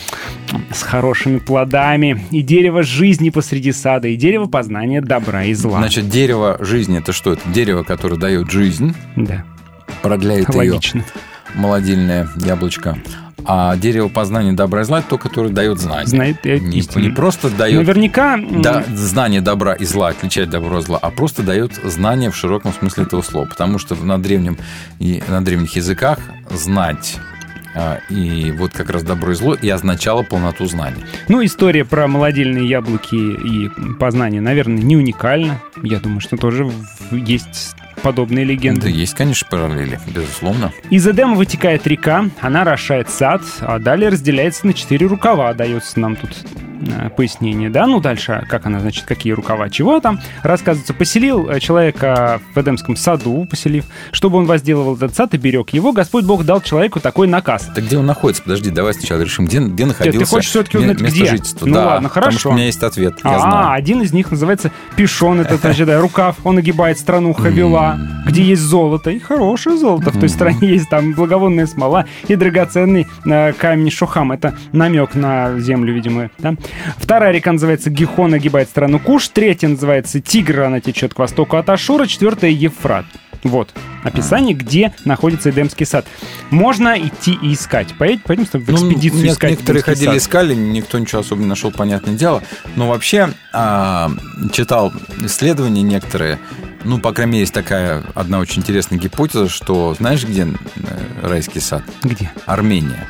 с хорошими плодами, и дерево жизни посреди сада, и дерево познания добра и зла. Значит, дерево жизни — это что? Это дерево, которое дает жизнь, Да, продляет логично. ее молодильное яблочко. А дерево познания добра и зла — это то, которое дает знание. Знает э, Не, истину. не просто дает Наверняка... м, да, знание добра и зла, отличать добро от зла, а просто дает знание в широком смысле этого слова. Потому что на, древнем, и на древних языках знать а, и вот как раз добро и зло и означало полноту знаний. Ну, история про молодильные яблоки и познание, наверное, не уникальна. Я думаю, что тоже в- есть подобные легенды. Да есть, конечно, параллели, безусловно. Из Эдема вытекает река, она орошает сад, а далее разделяется на четыре рукава, дается нам тут э, пояснение, да? Ну, дальше, как она, значит, какие рукава, чего там. Рассказывается, поселил э, человека в Эдемском саду, поселив, чтобы он возделывал этот сад и берег его, Господь Бог дал человеку такой наказ. Так где он находится? Подожди, давай сначала решим, где, где находился ты хочешь все-таки узнать, место где? жительства. Ну Да, ладно, потому хорошо. что у меня есть ответ, я А, знаю. один из них называется Пишон, это, значит, да, рукав, он огибает страну Хавила, где есть золото, и хорошее золото в той стране есть, там благовонная смола и драгоценный э, камень Шухам, это намек на землю, видимо, да? Вторая река называется Гихон, огибает страну Куш, третья называется Тигр, она течет к востоку от Ашура, четвертая Евфрат. Вот описание, где находится Эдемский сад. Можно идти и искать. Поедем, пойдем с тобой в экспедицию Ну, искать некоторые Эдемский ходили, сад. искали, никто ничего особо не нашел, понятное дело. Но вообще а, читал исследования некоторые. Ну, по крайней мере, есть такая одна очень интересная гипотеза, что знаешь, где э, райский сад? Где? Армения.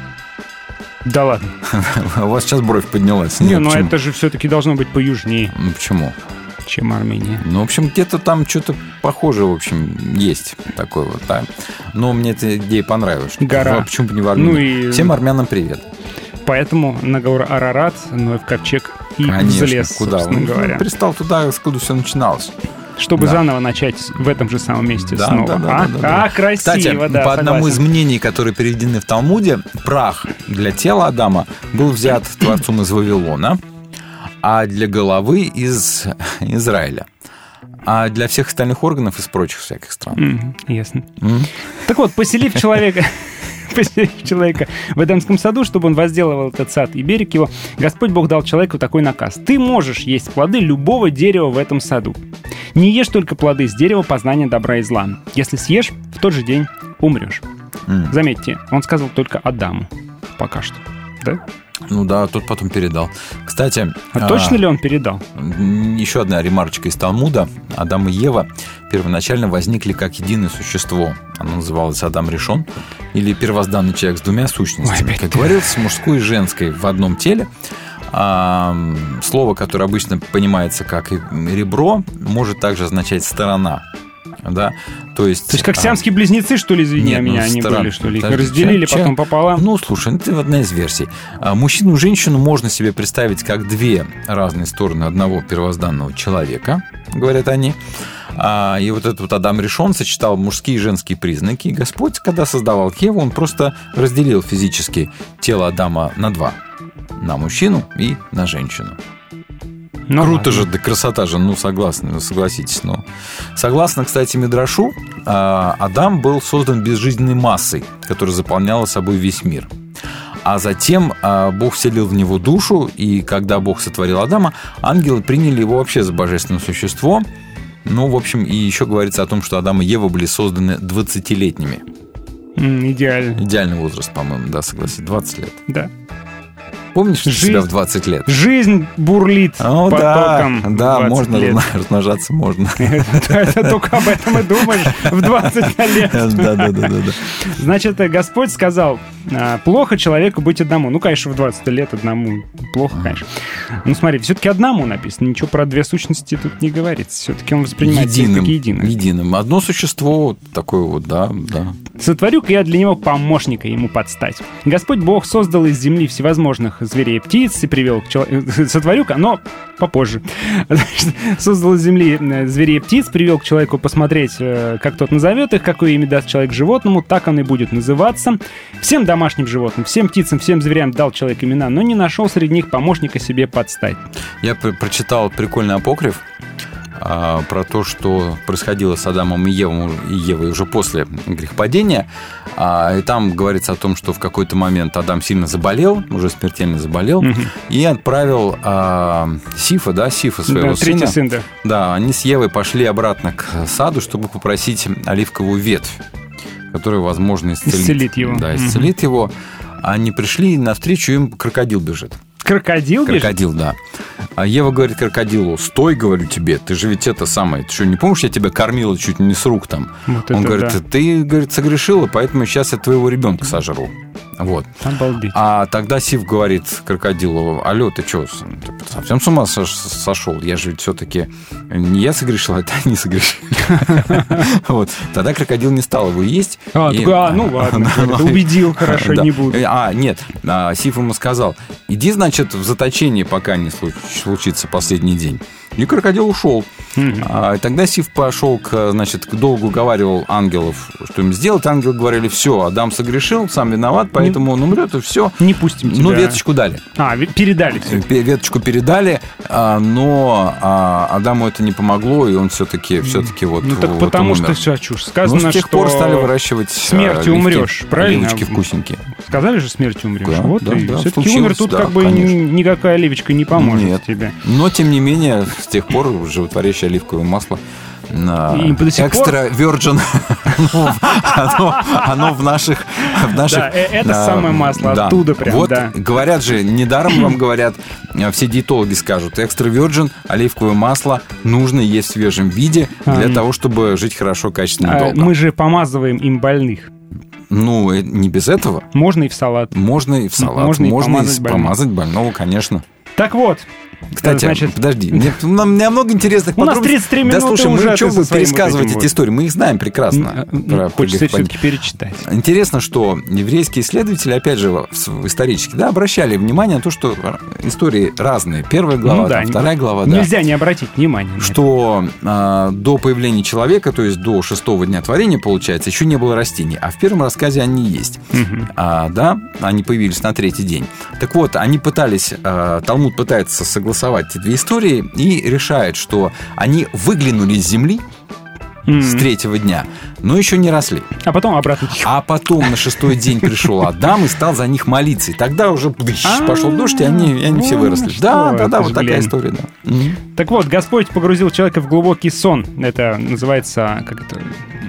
Да ладно. У вас сейчас бровь поднялась. Не, Нет, ну почему? это же все-таки должно быть поюжнее, Ну, почему? чем Армения. Ну, в общем, где-то там что-то похожее, в общем, есть такое вот, да. Но мне эта идея понравилась. Что Гора. ну, почему бы не в Армении? Ну и- Всем армянам привет. Поэтому на гору Арарат, Ноев ковчег и Конечно, взлез, куда? собственно Он говоря. пристал туда, откуда все начиналось. Чтобы Да. заново начать в этом же самом месте Да, снова. да, да, а? да, да. а, красиво, Кстати, да, по одному из согласен. мнений, которые переведены в Талмуде, прах для тела Адама был взят Творцом из Вавилона, а для головы из Израиля. А для всех остальных органов из прочих всяких стран. Мгм, ясно. М? Так вот, поселив человека... поселив человека в Эдемском саду, чтобы он возделывал этот сад и берег его, Господь Бог дал человеку такой наказ. Ты можешь есть плоды любого дерева в этом саду. Не ешь только плоды с дерева познания добра и зла. Если съешь, в тот же день умрешь. М. Заметьте, он сказал только Адаму. Пока что. Да? Ну да, тот потом передал. Кстати... А точно ли он передал? Еще одна ремарочка из Талмуда. Адам и Ева первоначально возникли как единое существо. Оно называлось Адам Ришон, или первозданный человек с двумя сущностями. Ой, как говорилось, мужской и женской в одном теле. А, слово, которое обычно понимается как и ребро, может также означать сторона. Да? То есть, То есть как а, сиамские близнецы, что ли, извини, Нет, а ну, меня они сторон- были, что ли? Их Подожди, разделили ча- потом ча- пополам? Ну, слушай, это одна из версий. А, Мужчину и женщину можно себе представить как две разные стороны одного первозданного человека, говорят они. А, И вот этот вот Адам Ришон сочетал мужские и женские признаки. И Господь, когда создавал Еву, он просто разделил физически тело Адама на два. На мужчину и на женщину. Ну, Круто ладно. же, да красота же, ну, согласны, согласитесь. Ну. Согласно, кстати, Мидрашу, а, Адам был создан безжизненной массой, которая заполняла собой весь мир. А затем а, Бог вселил в него душу, и когда Бог сотворил Адама, ангелы приняли его вообще за божественное существо. Ну, в общем, и еще говорится о том, что Адам и Ева были созданы двадцатилетними. М, Идеально, Идеальный возраст, по-моему, да, согласись, двадцать лет. да. Помнишь Жизнь- себя в двадцать лет? Жизнь бурлит О, потоком. да, да, в двадцать можно лет. размно- размножаться, можно. Это только об этом и думаешь в двадцать лет. Да, да, да, да, да. Значит, Господь сказал А, плохо человеку быть одному. Ну, конечно, в двадцать лет одному плохо, конечно. Ну, смотри, все-таки одному написано. Ничего про две сущности тут не говорится. Все-таки он воспринимается единым, как единым. единым. Одно существо вот такое вот, да, да. «Сотворю-ка я для него помощника ему подстать. Господь Бог создал из земли всевозможных зверей и птиц и привел к человеку...» Сотворю-ка, но попозже. Создал из земли зверей и птиц, привел к человеку посмотреть, как тот назовет их, какое имя даст человек животному, так он и будет называться. Всем домашним животным, всем птицам, всем зверям дал человек имена, но не нашел среди них помощника себе подстать. Я про- прочитал прикольный апокриф а, про то, что происходило с Адамом и Евой, и Евой уже после грехопадения. А, и там говорится о том, что в какой-то момент Адам сильно заболел, уже смертельно заболел, угу. и отправил а, Сифа, да, Сифа, своего да, сына. Третий сын, да. Да, они с Евой пошли обратно к саду, чтобы попросить оливковую ветвь, которая, возможно, исцелит, исцелит его. Да, исцелит угу. его. Они пришли, и навстречу им крокодил бежит. Крокодил бежит? Крокодил, да. А Ева говорит крокодилу: стой, говорю тебе, ты же ведь это самое, ты что, не помнишь, я тебя кормила чуть не с рук там? Вот Он говорит, да. ты, говорит, согрешила, поэтому сейчас я твоего ребенка сожру. Вот. Обалдеть. А тогда Сиф говорит крокодилу: алло, ты что, ты совсем с ума сошел? Я же ведь все-таки не я согрешил, а ты не согрешил. Вот. Тогда крокодил не стал его есть. А, ну ладно, убедил, хорошо, не буду. А, нет, Сиф ему сказал: иди, значит, в заточение, пока не случится последний день. И крокодил ушел. Mm-hmm. А, и тогда Сиф пошел, к, значит, долго уговаривал ангелов, что им сделать. Ангелы говорили: все, Адам согрешил, сам виноват, поэтому он умрет, и все. Не пустим тебя. Ну, веточку дали. А, передали все. Веточку передали, но Адаму это не помогло, и он все-таки, все-таки вот. Ну, так вот потому что все чушь. Сказано, ну, с тех что пор стали выращивать смертью умрешь, правильно? Оливочки вкусненькие. Сказали же, смертью умрешь. Да, вот да, и да, все-таки умер, тут да, как бы конечно. никакая оливочка не поможет Нет. тебе. Но, тем не менее, с тех пор животворящее оливковое масло экстра virgin, оно, оно в наших, в наших. Да, это а, самое масло да. оттуда прям. Вот да. говорят же, недаром вам говорят, все диетологи скажут: экстра virgin оливковое масло нужно есть в свежем виде для а, того, чтобы жить хорошо, качественно и а, долго. Мы же помазываем им больных. Ну, не без этого. Можно и в салат. Можно и в салат. Можно, Можно и помазать, и помазать больного, конечно. Так вот. Кстати, значит... подожди, мне, у меня много интересных у подробностей. У нас тридцать три минуты да, слушай, уже. мы что вы пересказывать вот эти истории? Мы их знаем прекрасно. Про Хочется все-таки перечитать. Интересно, что еврейские исследователи, опять же, исторически, да, обращали внимание на то, что истории разные. Первая глава, ну, да, там, вторая глава. Нельзя да, не обратить внимания. Что а, до появления человека, то есть до шестого дня творения, получается, еще не было растений. А в первом рассказе они есть. Угу. А, да, они появились на третий день. Так вот, они пытались, а, Талмуд пытается согласовать эти две истории и решает, что они выглянули из земли mm-hmm. с третьего дня, но еще не росли. А потом обратно. А потом на шестой день пришел Адам и стал за них молиться. И тогда уже пошел дождь, и они, и они все выросли. Да, да, да, вот такая история. Да. Mm-hmm. Так вот, Господь погрузил человека в глубокий сон. Это называется, как это...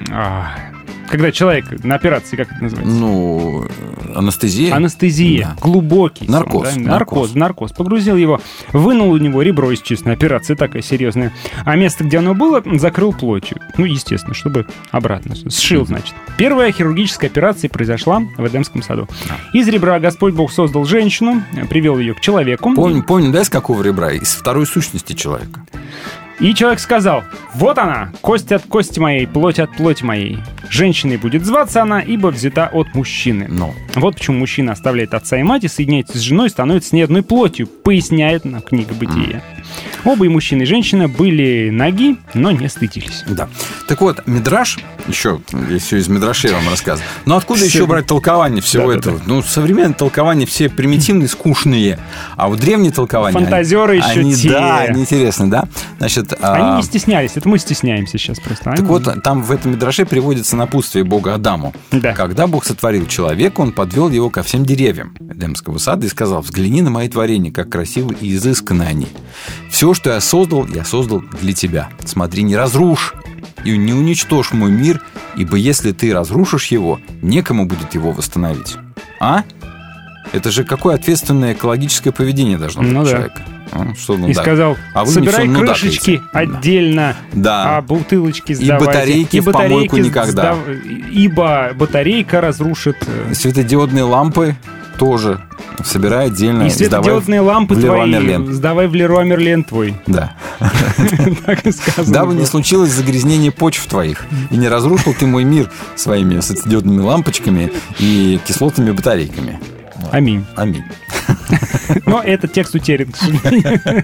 Когда человек на операции, как это называется? Ну, анестезия. Анестезия. Да. Глубокий наркоз, сон. Да? Наркоз. Наркоз. Наркоз. Погрузил его, вынул у него ребро из честной операции, такая серьезная. А место, где оно было, закрыл плотью. Ну, естественно, чтобы обратно. Сшил, значит. Первая хирургическая операция произошла в Эдемском саду. Из ребра Господь Бог создал женщину, привел ее к человеку. Помню, помню, да, из какого ребра? Из второй сущности человека. И человек сказал: вот она, кость от кости моей, плоть от плоти моей. Женщиной будет зваться она, ибо взята от мужчины. Но. Вот почему мужчина оставляет отца и мать и соединяется с женой, становится с ней одной плотью, поясняет нам книга Бытия. Mm. Оба и мужчина, и женщина были ноги, но не стыдились. Да. Так вот, Мидраш, еще, я все из Мидрашей вам рассказываю. Но откуда все... еще брать толкование всего да, этого? Да, да. Ну, современные толкования все примитивные, скучные, а вот древние толкования... Фантазеры они, еще они, те. Да, они интересны, да? Значит, они а... не стеснялись, это мы стесняемся сейчас просто. Так они... вот, там в этом Мидраше приводится напутствие Бога Адаму. Да. Когда Бог сотворил человека, он подвел его ко всем деревьям Эдемского сада и сказал: взгляни на мои творения, как красивы и изысканны они. Все, что я создал, я создал для тебя. Смотри, не разрушь и не уничтожь мой мир, ибо если ты разрушишь его, некому будет его восстановить. А? Это же какое ответственное экологическое поведение должно быть ну у да. человека. А, что, ну, И да. сказал, а вы собирай мне всё, ну, да, крышечки говорите. отдельно, Да. а бутылочки И сдавайте. батарейки в помойку никогда. сдав- Ибо батарейка разрушит... э, Светодиодные лампы тоже собирай отдельно. И светодиодные лампы в Леруа твои Мерлен. сдавай в Леруа Мерлен твой. Да. Так и сказано. Дабы не было. случилось загрязнение почв твоих, и не разрушил ты мой мир своими светодиодными лампочками и кислотными батарейками. Аминь. Аминь. Но этот текст утерян, к сожалению.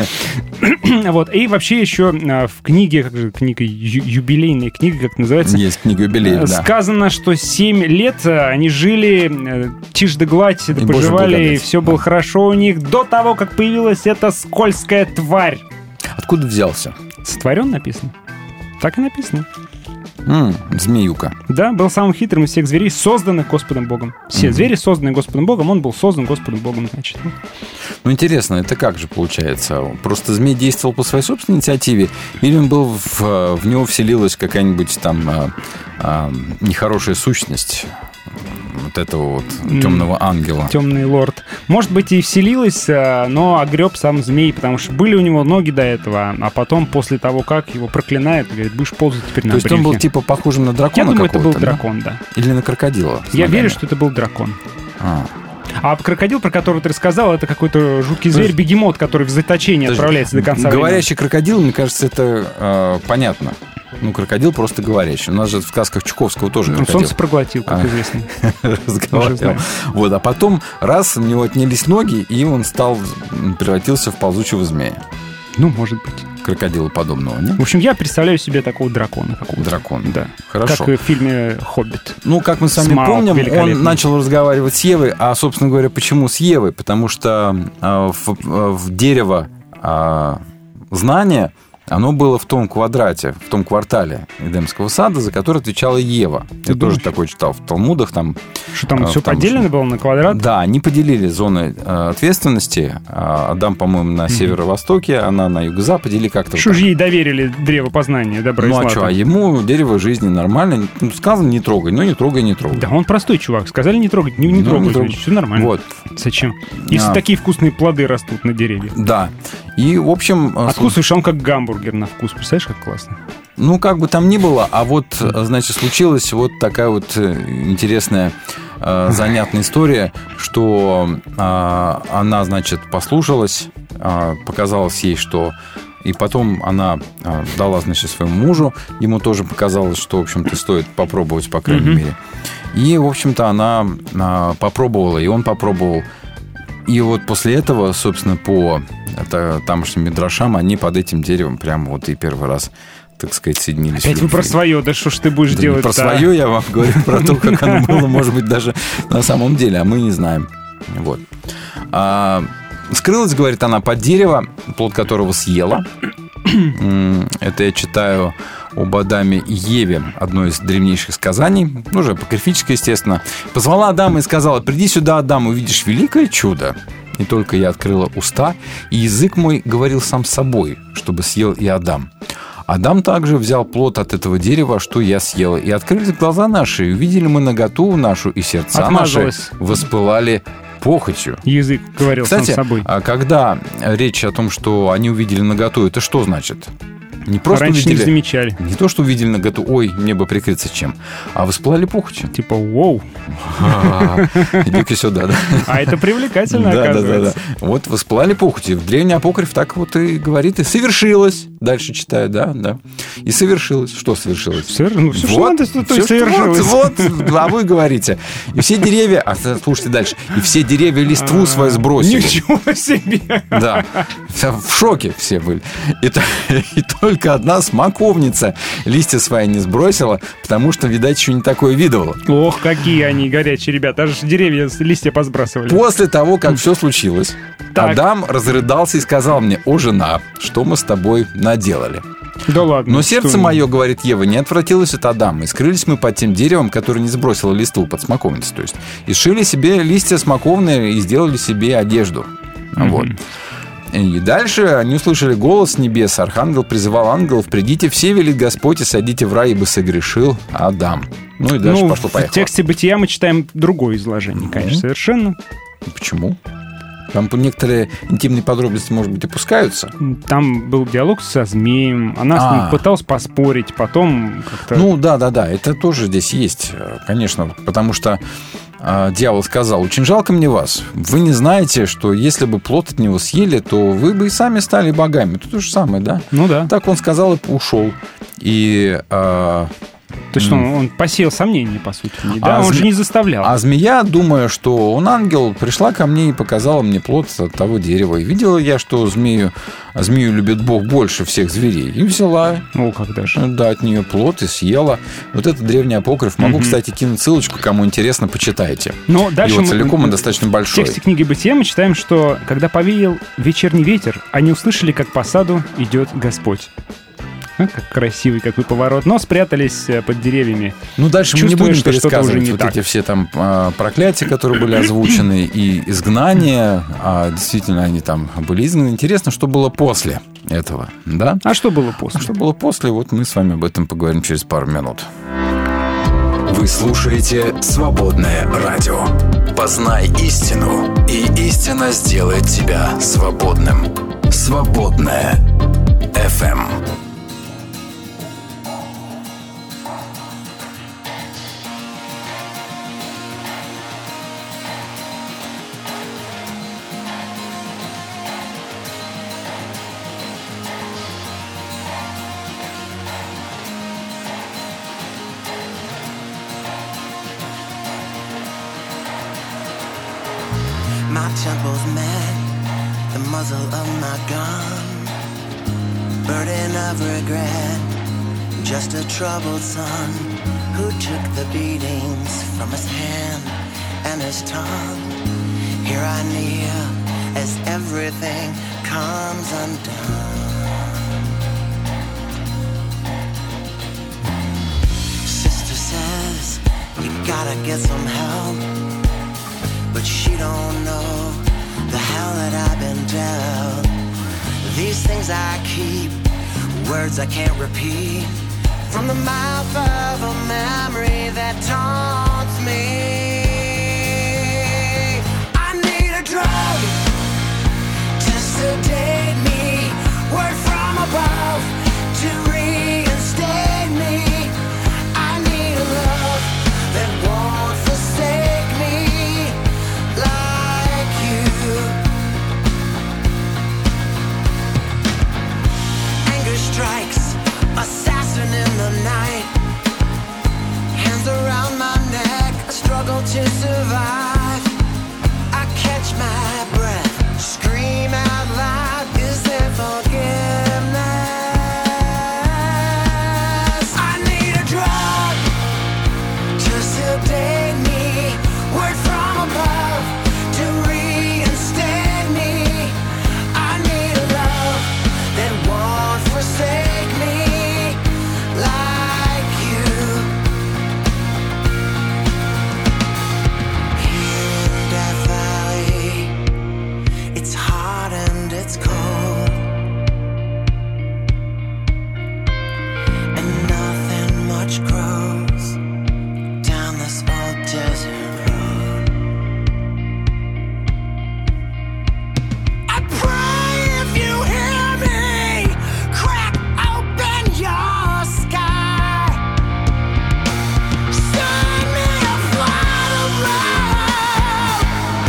Вот. И вообще еще а, в книге, как же книга, ю- юбилейная книга, как это называется, Есть книга юбилеев, да. сказано, что семь лет а, они жили, э, тишь да гладь, да Божья поживали, и благодать. все было хорошо у них до того, как появилась эта скользкая тварь. Откуда взялся? Сотворен написано. Так и написано. М, змеюка. Да, был самым хитрым из всех зверей, созданных Господом Богом. Все Мгм. звери, созданные Господом Богом, он был создан Господом Богом, значит. Ну, интересно, это как же получается? Просто змей действовал по своей собственной инициативе, или он был в, в него вселилась какая-нибудь там а, а, нехорошая сущность вот этого вот М. темного ангела? Темный лорд. Может быть, и вселилась, а, но огреб сам змей, потому что были у него ноги до этого, а потом, после того, как его проклинают, говорит, будешь ползать теперь на То есть он был брюхе. типа похожим на дракона Я думаю, это был какого-то, да? дракон, да. Или на крокодила? с Я ногами? верю, что это был дракон. А. А крокодил, про который ты рассказал, это какой-то жуткий зверь, бегемот, который в заточение Подожди, отправляется до конца времени. Говорящий крокодил, мне кажется, это э, понятно. Ну, крокодил просто говорящий. У нас же в сказках Чуковского тоже Ну, крокодил. солнце проглотил, как А. известно. Разговаривал. знаем. Вот, а потом раз у него отнялись ноги, и он стал превратился в ползучего змея. Ну, может быть. Крокодила подобного, не? В общем, я представляю себе такого дракона. Какого-то. Дракон. Да. Хорошо. Как и в фильме «Хоббит». Ну, как мы с вами Смауг помним, великолепный. он начал разговаривать с Евой. А, собственно говоря, почему с Евой? Потому что а, в, в дерево а, знания, оно было в том квадрате, в том квартале Эдемского сада, за который отвечала Ева. Ты Я думаешь? тоже такое читал в Талмудах. Там, Что там а, все потому поделено было на квадрат? Да, они поделили зоны э, ответственности. А, Адам, по-моему, на северо-востоке, она на юго-западе или как-то. Что вот же ей доверили древо познания, добра и Ну а злата? что, а ему дерево жизни нормально. Ну, сказано, не трогай, но не трогай, не трогай. Да, он простой чувак. Сказали не трогать, не, не Ну, трогай, не трогай. значит, все нормально. Вот. Зачем? Если А. такие вкусные плоды растут на деревьях. Да. И, в общем... э, Откусываешь, а он как гамбургер на вкус. Представляешь, как классно? Ну, как бы там ни было, а вот, э, значит, случилась вот такая вот э, интересная, э, занятная история, что э, она, значит, послушалась, э, показалось ей, что... И потом она э, дала, значит, своему мужу, ему тоже показалось, что, в общем-то, стоит попробовать, по крайней Мгм. мере. И, в общем-то, она э, попробовала, и он попробовал. И вот после этого, собственно, по это, тамошним мидрашам, они под этим деревом прямо вот и первый раз, так сказать, соединились. Опять в вы про любви. свое, да что ж ты будешь Да делать? не про свое я вам говорю, про то, как оно было, может быть, даже на самом деле, а мы не знаем. Вот. А, скрылась, говорит она, под дерево, плод которого съела. М, Это я читаю об Адаме и Еве, одно из древнейших сказаний, ну, уже апокрифическое, естественно. Позвала Адама и сказала: приди сюда, Адам, увидишь великое чудо. И только я открыла уста, и язык мой говорил сам с собой, чтобы съел и Адам. Адам также взял плод от этого дерева, что я съела, и открылись глаза наши, и увидели мы наготу нашу, и сердца наши Отмазалась. воспылали похотью. Язык говорил Кстати, сам собой. а когда речь о том, что они увидели наготу, это что значит? Не просто Раньше увидели... не замечали. Не то, что увидели наготу, ой, мне бы прикрыться чем, а воспылали похотью. Типа, воу. А, Иди-ка сюда, да. А это привлекательно, Да, да, да, оказывается. да. Вот воспылали похотью. В древний апокриф так вот и говорит. И совершилось. Дальше читаю, да, да. И совершилось. Что совершилось? Совер- ну, всё, что Вот, надо, то и всё, что совершилось. Вот, вот, а вы говорите. И все деревья... А слушайте дальше. И все деревья листву свою сбросили. Ничего себе! Да, в шоке все были. И, то- и только одна смоковница листья свои не сбросила, потому что, видать, еще не такое видывала. Ох, какие они горячие ребята. Аж деревья с листья посбрасывали. После того, как все случилось, Так. Адам разрыдался и сказал мне: о, жена, что мы с тобой наделали? Да ладно. Но сердце что- мое, говорит Ева, не отвратилось от Адама. И скрылись мы под тем деревом, которое не сбросило листву, под смоковницей, то есть. И сшили себе листья смоковные и сделали себе одежду. Вот. И дальше они услышали голос с небес. Архангел призывал ангелов: придите все, велит Господь, и садите в рай, ибо согрешил Адам. Ну и дальше Ну, пошло-поехало. в тексте «Бытия» мы читаем другое изложение, конечно, совершенно. Почему? Там некоторые интимные подробности, может быть, опускаются. Там был диалог со змеем, она с ним А. пыталась поспорить, потом как-то... Ну, да-да-да, это тоже здесь есть, конечно, потому что э, дьявол сказал: очень жалко мне вас. Вы не знаете, что если бы плод от него съели, то вы бы и сами стали богами. Это то же самое, да? Ну да. Так он сказал и ушел. И... э, То есть он, он посеял сомнения, по сути. не- Да, А он зме- же не заставлял. А змея, думая, что он ангел, пришла ко мне и показала мне плод от того дерева. И видела я, что змею, змею любит Бог больше всех зверей. И взяла, О, как даже. да, от нее плод и съела. Вот это древний апокриф. Могу, Мгм. кстати, кинуть ссылочку, кому интересно, почитайте. Но дальше Его мы- целиком он достаточно В большой. тексте книги «Бытия» мы читаем, что когда повеял вечерний ветер, они услышали, как по саду идет Господь. А, как красивый какой поворот. Но спрятались э, под деревьями. Ну, дальше мы не Чувствуя, будем что что-то уже пересказывать не вот так. эти все там а, проклятия, которые были озвучены, и изгнания. А действительно, они там были изгнаны. Интересно, что было после этого, да? А что было после? Что было после, вот мы с вами об этом поговорим через пару минут. Вы слушаете «Свободное радио». Познай истину, и истина сделает тебя свободным. «Свободное эф эм». My temples met the muzzle of my gun. Burden of regret, just a troubled son who took the beatings from his hand and his tongue. Here I kneel as everything comes undone. Sister says you gotta get some help, but she don't know the hell that I've been dealt. These things I keep, words I can't repeat, from the mouth of a memory that taunts me. I need a drug to sedate me, word from above to reinstate me. I need a love that won't forsake me like you. Anger strikes, assassin in the night. Hands around my neck, I struggle to survive. I catch my breath, scream out loud, is there forgiveness? I need a drug to sedate me, word from above to reinstate me. I need a love that won't forsake me like you. Here in Death Valley, it's hot and it's cold, and nothing much grows down this old desert road. I pray if you hear me, crack open your sky. Send me a flight of love.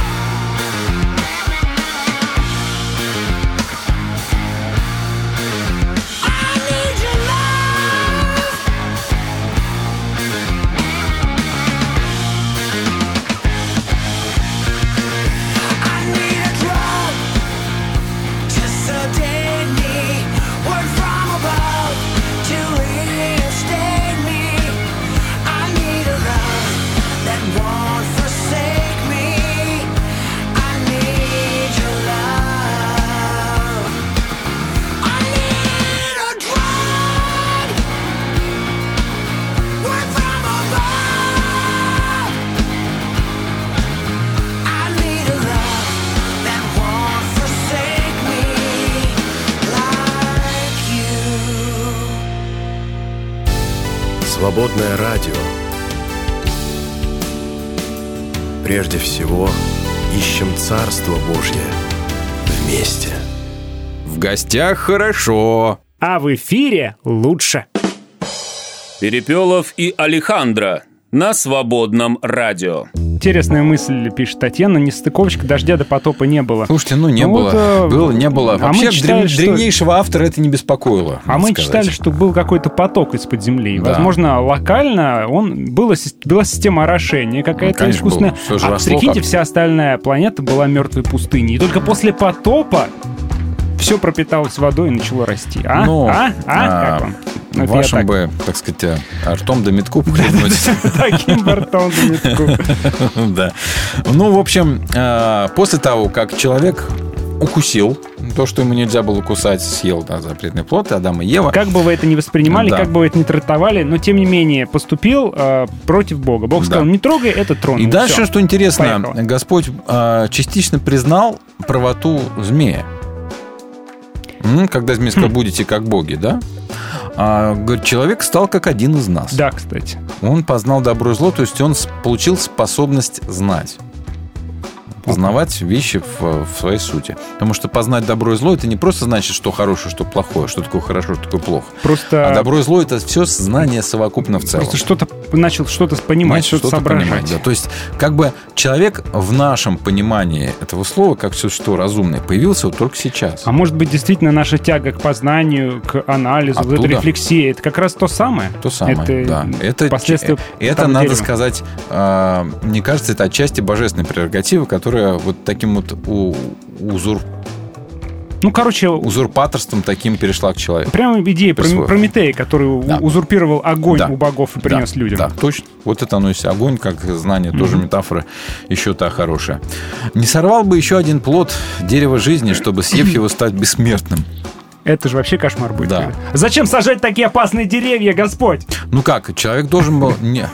I need your love. I need a drug to sedate me, word from above to reinstate me. I need a love that won't forsake me. I need your love. I need a drug, word from above. I need a love that won't forsake me like you. Свободное радио. Прежде всего ищем Царство Божье вместе. В гостях хорошо. А в эфире лучше. Перепелов и Алехандро на Свободном радио. Интересная мысль, пишет Татьяна. Нестыковочка, дождя до потопа не было. Слушайте, ну не Ну было. вот, э, Было, не было. а Вообще мы читали, древ- что- древнейшего автора это не беспокоило. А надо мы сказать. читали, что был какой-то поток из-под земли. Да. Возможно, локально он была, сис- была система орошения какая-то Ну, конечно, искусственная. было. Всё же А росло прикиньте, как. вся остальная планета была мертвой пустыней. И только после потопа все пропиталось водой и начало расти. А? Ну, а? А? а, Как вам? Ну, это я Вашим так. бы, так сказать, э, ртом до метку похлебнуть. Таким бортом до метку. Да. Ну, в общем, э, после того, как человек укусил то, что ему нельзя было кусать, съел да, запретный плод, Адам и Ева. Как бы вы это ни воспринимали, Да. как бы вы это ни трактовали, но тем не менее поступил э, против Бога. Бог Да. сказал, не трогай, это тронул. И дальше, Всё. что интересно, Поехал. Господь э, частично признал правоту змея. М, Когда змей сказал, будете как боги, да? А, говорит, человек стал как один из нас. Да, кстати. Он познал добро и зло, то есть он с- получил способность знать. Познавать вещи в, в своей сути. Потому что познать добро и зло, это не просто значит, что хорошее, что плохое, что такое хорошо, что такое плохо. Просто, А добро и зло — это все знание совокупно в целом. просто что-то начал что-то понимать, Значит, что-то, соображать. понимать, да. То есть, как бы человек в нашем понимании этого слова, как существо разумное, появился вот только сейчас. А может быть, действительно, наша тяга к познанию, к анализу, вот Оттуда. эта рефлексия, это как раз то самое? То самое, это да. Это, последствия это того надо дерева. сказать, э, мне кажется, это отчасти божественная прерогатива, которая вот таким вот у, узур, Ну, короче, узурпаторством таким перешла к человеку. прямо идея про Присвоил. Прометея, который у- Да. узурпировал огонь Да. у богов и принес Да, людям. Да, точно. Вот это оно и есть. Огонь, как знание, тоже метафора еще та хорошая. Не сорвал бы еще один плод дерева жизни, чтобы, съев его, стать бессмертным. Это же вообще кошмар будет. Да. Зачем сажать такие опасные деревья, Господь? Ну как, человек должен был... Не.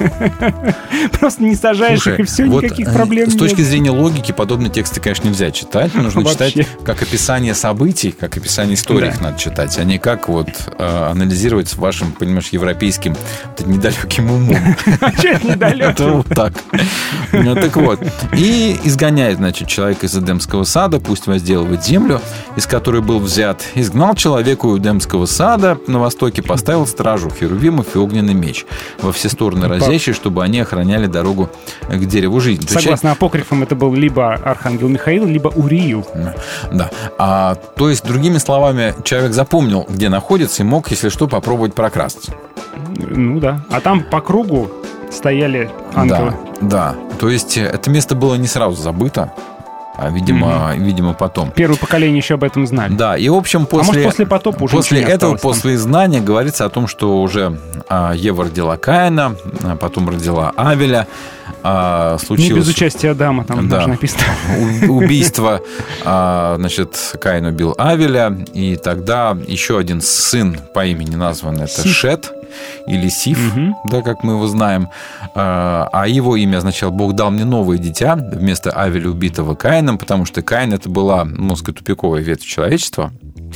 Просто не сажаешь Слушай, их, и все, вот, никаких э, проблем С нет. точки зрения логики подобные тексты, конечно, нельзя читать. Нужно Вообще. читать как описание событий, как описание историй их надо читать, а не как вот э, анализировать с вашим, понимаешь, европейским вот этим недалеким умом. Че это Это недалеко? вот так. Ну, так вот. И изгоняет, значит, человека из Эдемского сада, пусть возделывает землю, из которой был взят. Изгнал человека у Эдемского сада на востоке, поставил стражу херувимов и огненный меч во все стороны разящий, чтобы они охраняли дорогу к дереву жизни. То есть Согласно апокрифам, это был либо архангел Михаил, либо Уриил. Да. А, то есть, другими словами, человек запомнил, где находится, и мог, если что, попробовать прокрасться. Ну да. А там по кругу стояли ангелы. Да, да. То есть, это место было не сразу забыто, а, видимо, видимо, потом. Первое поколение еще об этом знали. Да, и, в общем, после, А может, после потопа уже после ничего не этого, осталось после изгнания, говорится о том, что уже а, Ева родила Каина, а потом родила Авеля. А, Не случилось... без участия Адама, там Да. даже написано. У- убийство, а, значит, Каин убил Авеля, и тогда еще один сын по имени назван, это Сиф. Шет, или Сиф, да, как мы его знаем, а а его имя означало «Бог дал мне новое дитя» вместо Авеля, убитого Каином, потому что Каин — это была, можно сказать, тупиковая ветвь человечества.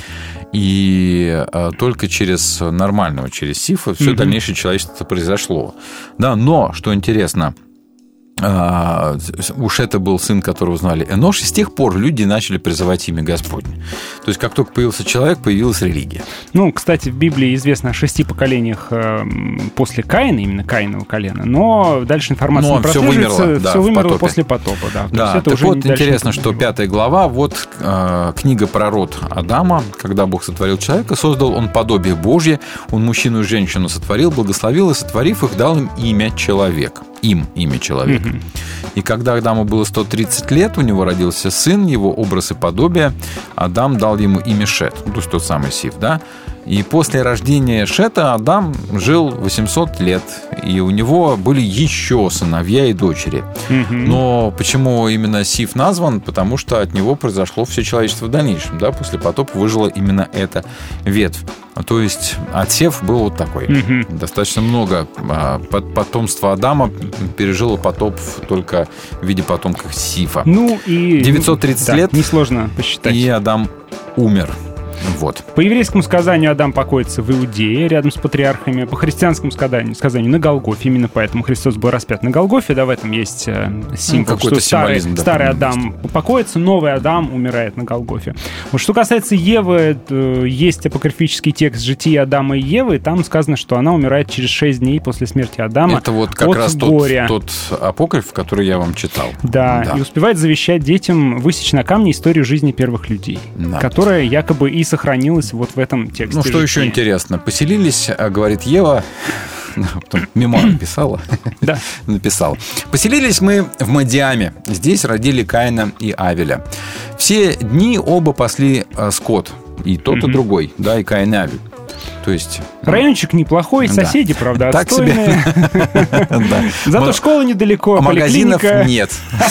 И а, только через нормального, через Сифа, все Мгм. дальнейшее человечество произошло. Да, но, что интересно, а, уж это был сын, которого звали Энош, и с тех пор люди начали призывать имя Господне. То есть, как только появился человек, появилась религия. Ну, кстати, в Библии известно о шести поколениях э, после Каина, именно Каинового колена, но дальше информация Но не всё прослеживается, вымерло, да, все в вымерло потопе. после потопа. Да, То Да, есть это так уже вот, не- дальше интересно, не что прослеживается. пятая глава, вот э, книга про род Адама, когда Бог сотворил человека, создал он подобие Божье, он мужчину и женщину сотворил, благословил, и, сотворив их, дал им имя человек. Им имя человека. Мгм. И когда Адаму было сто тридцать лет, у него родился сын, его образ и подобие, Адам дал ему имя Шет, ну, то есть тот самый Сиф, да? И после рождения Шета Адам жил восемьсот лет, и у него были еще сыновья и дочери. Мгм. Но почему именно Сиф назван? Потому что от него произошло все человечество в дальнейшем, да? После потопа выжила именно эта ветвь. То есть отсев был вот такой. Мгм. Достаточно много а, пот- потомства Адама пережило потоп только в виде потомков Сифа. Ну и... девятьсот тридцать да, лет. Несложно посчитать. И Адам умер. Вот. По еврейскому сказанию Адам покоится в Иудее, рядом с патриархами. По христианскому сказанию, сказанию на Голгофе. Именно поэтому Христос был распят на Голгофе. Да, в этом есть э, символ, ну, что старый, да, старый Адам покоится, новый Адам умирает на Голгофе. Вот что касается Евы, э, есть апокрифический текст «Жития Адама и Евы», и там сказано, что она умирает через шесть дней после смерти Адама. Это вот как от раз тот, горя. тот апокриф, который я вам читал. Да, да, и успевает завещать детям высечь на камне историю жизни первых людей, да. которая якобы и сохранилась вот в этом тексте. Ну, что «Жития». еще интересно. Поселились, говорит Ева, потом мемуары писала, да. написала. Поселились мы в Мадиаме. Здесь родили Каина и Авеля. Все дни оба пасли скот. И тот, mm-hmm. и другой. Да, и Каин и Авель. То есть... Райончик неплохой, соседи, да. правда, отстойные. Зато школа недалеко, а магазинов нет.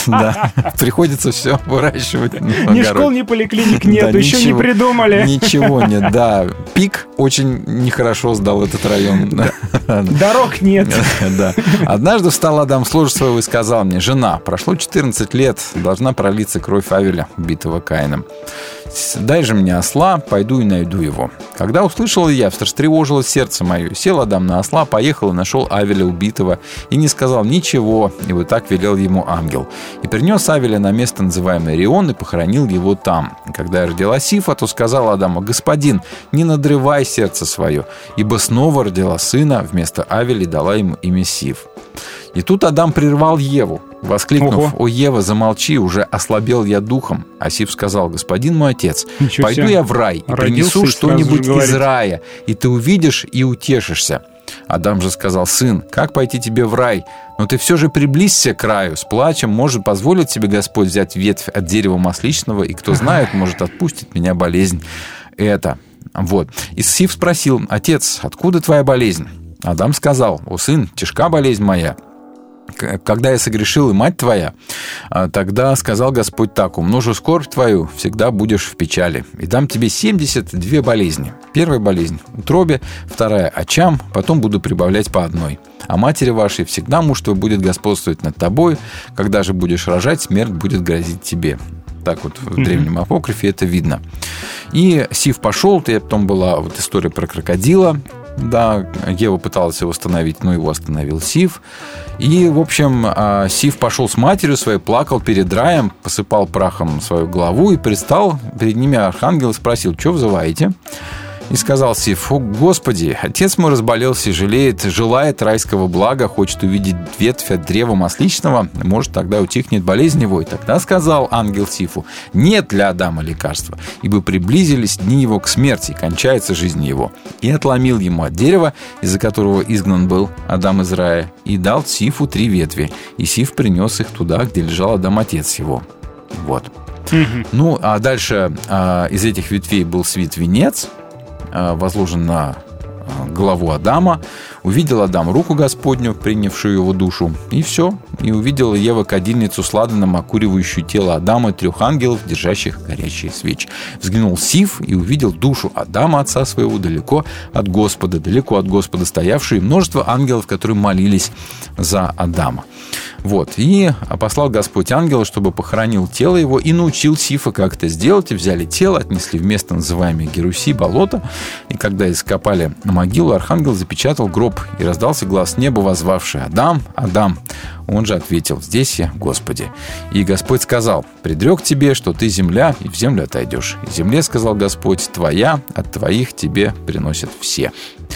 Приходится все выращивать. Ни школ, ни поликлиник нет, еще не придумали. Ничего нет, да. Пик очень нехорошо сдал этот район. Дорог нет. Однажды встал Адам с ложа своего и сказал мне: жена, прошло четырнадцать лет, должна пролиться кровь Авеля, убитого Каином. Дай же мне осла, пойду и найду его. Когда услышал я, встревожилось сердце мое. Сел Адам на осла, поехал и нашел Авеля убитого, и не сказал ничего, и вот так велел ему ангел. И принес Авеля на место, называемое Рион, и похоронил его там. Когда родила Сифа, то сказал Адаму: господин, не надрывай сердце свое, ибо снова родила сына, вместо Авеля дала ему имя Сиф. И тут Адам прервал Еву, воскликнув: Ого. «О, Ева, замолчи, уже ослабел я духом». А Сиф сказал: господин мой отец, Ничего пойду себе. я в рай и Родился принесу и что-нибудь из рая, и ты увидишь и утешишься. Адам же сказал: сын, как пойти тебе в рай? Но ты все же приблизься к раю с плачем, может позволить тебе Господь взять ветвь от дерева масличного, и кто знает, может отпустит меня болезнь эта. Вот. И Сиф спросил: отец, откуда твоя болезнь? Адам сказал: о, сын, тяжка болезнь моя. Когда я согрешил, и мать твоя, тогда сказал Господь так: умножу скорбь твою, всегда будешь в печали. И дам тебе семьдесят две болезни. Первая болезнь – утробе, вторая – очам, потом буду прибавлять по одной. А матери вашей всегда муж твой будет господствовать над тобой, когда же будешь рожать, смерть будет грозить тебе. Так вот в древнем апокрифе это видно. И Сиф пошел, и потом была вот история про крокодила. Да, Ева пыталась его остановить, но его остановил Сиф. И, в общем, Сиф пошел с матерью своей, плакал перед раем, посыпал прахом свою голову и предстал перед ними архангел и спросил: что взываете? И сказал Сиф: о, Господи, отец мой разболелся и жалеет, желает райского блага, хочет увидеть ветвь от древа масличного, может, тогда утихнет болезнь его. И тогда сказал ангел Сифу: нет для Адама лекарства, ибо приблизились дни его к смерти, кончается жизнь его. И отломил ему от дерева, из-за которого изгнан был Адам из рая, и дал Сифу три ветви. И Сиф принес их туда, где лежал Адам, отец его. Вот. Mm-hmm. Ну, а дальше а, из этих ветвей был свит венец, возложен на голову Адама. Увидел Адам руку Господню, принявшую его душу, и все. И увидела Ева кадильницу с ладаном, окуривающую тело Адама, и трех ангелов, держащих горящие свечи. Взглянул Сиф и увидел душу Адама, отца своего, далеко от Господа, далеко от Господа стоявшую, и множество ангелов, которые молились за Адама. Вот. И послал Господь ангела, чтобы похоронил тело его, и научил Сифа, как это сделать. И взяли тело, отнесли в место, называемое Геруси, болото. И когда ископали могилу, архангел запечатал гроб, и раздался глас неба, воззвавший: Адам, Адам. Он же ответил: здесь я, Господи. И Господь сказал: предрек тебе, что ты земля, и в землю отойдешь. И земле, сказал Господь, твоя, от твоих тебе приносят все.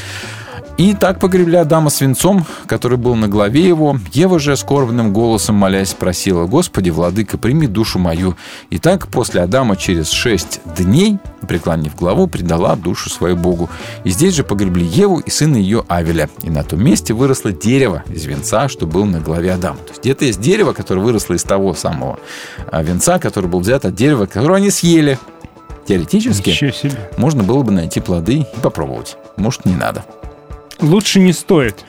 И так погребли Адама свинцом, который был на голове его. Ева же скорбным голосом, молясь, спросила: Господи, владыка, прими душу мою. И так после Адама через шесть дней, преклонив главу, предала душу свою Богу. И здесь же погребли Еву и сына ее Авеля. И на том месте выросло дерево из венца, что был на голове Адама. То есть где-то есть дерево, которое выросло из того самого венца, который был взят от дерева, которое они съели. Теоретически можно было бы найти плоды и попробовать. Может, не надо. Лучше не стоит.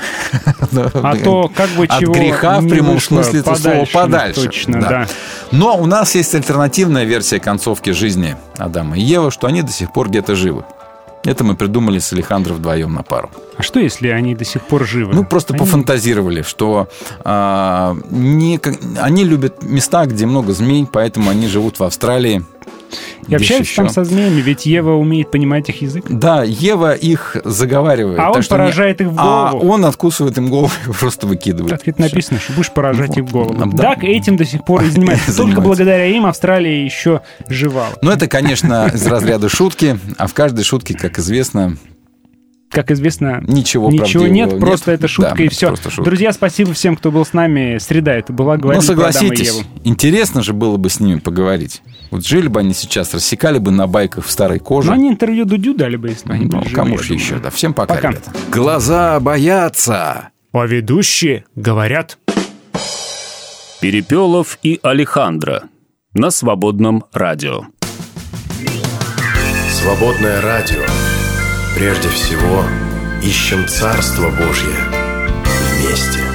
А то как бы чего от греха в прямом смысле этого слова подальше. Точно, да. Но у нас есть альтернативная версия концовки жизни Адама и Евы, что они до сих пор где-то живы. Это мы придумали с Алехандро вдвоем на пару. А что, если они до сих пор живы? Ну, просто они... пофантазировали, что а, не, они любят места, где много змей, поэтому они живут в Австралии. И общаются там со змеями, ведь Ева умеет понимать их язык. Да, Ева их заговаривает. А он поражает они... их в голову. А он откусывает им голову и просто выкидывает. Так это написано, что будешь поражать вот. их в голову. Да. Так этим до сих пор и занимается. Только благодаря им Австралия еще жива. Ну, это, конечно, из разряда шутки, а в каждой шутке, как известно... Как известно, ничего, ничего нет, нет, просто это шутка да, и все. Друзья, спасибо всем, кто был с нами. Среда это была, говорили Ну, согласитесь, интересно же было бы с ними поговорить. Вот жили бы они сейчас, рассекали бы на байках в старой коже. Ну, они интервью Дудю дали бы, если бы они ну, были кому живы, же еще, да. Всем пока, пока, ребята. Глаза боятся. А ведущие говорят. Перепелов и Алехандро на Свободном радио. Свободное радио. Прежде всего, ищем Царство Божье вместе.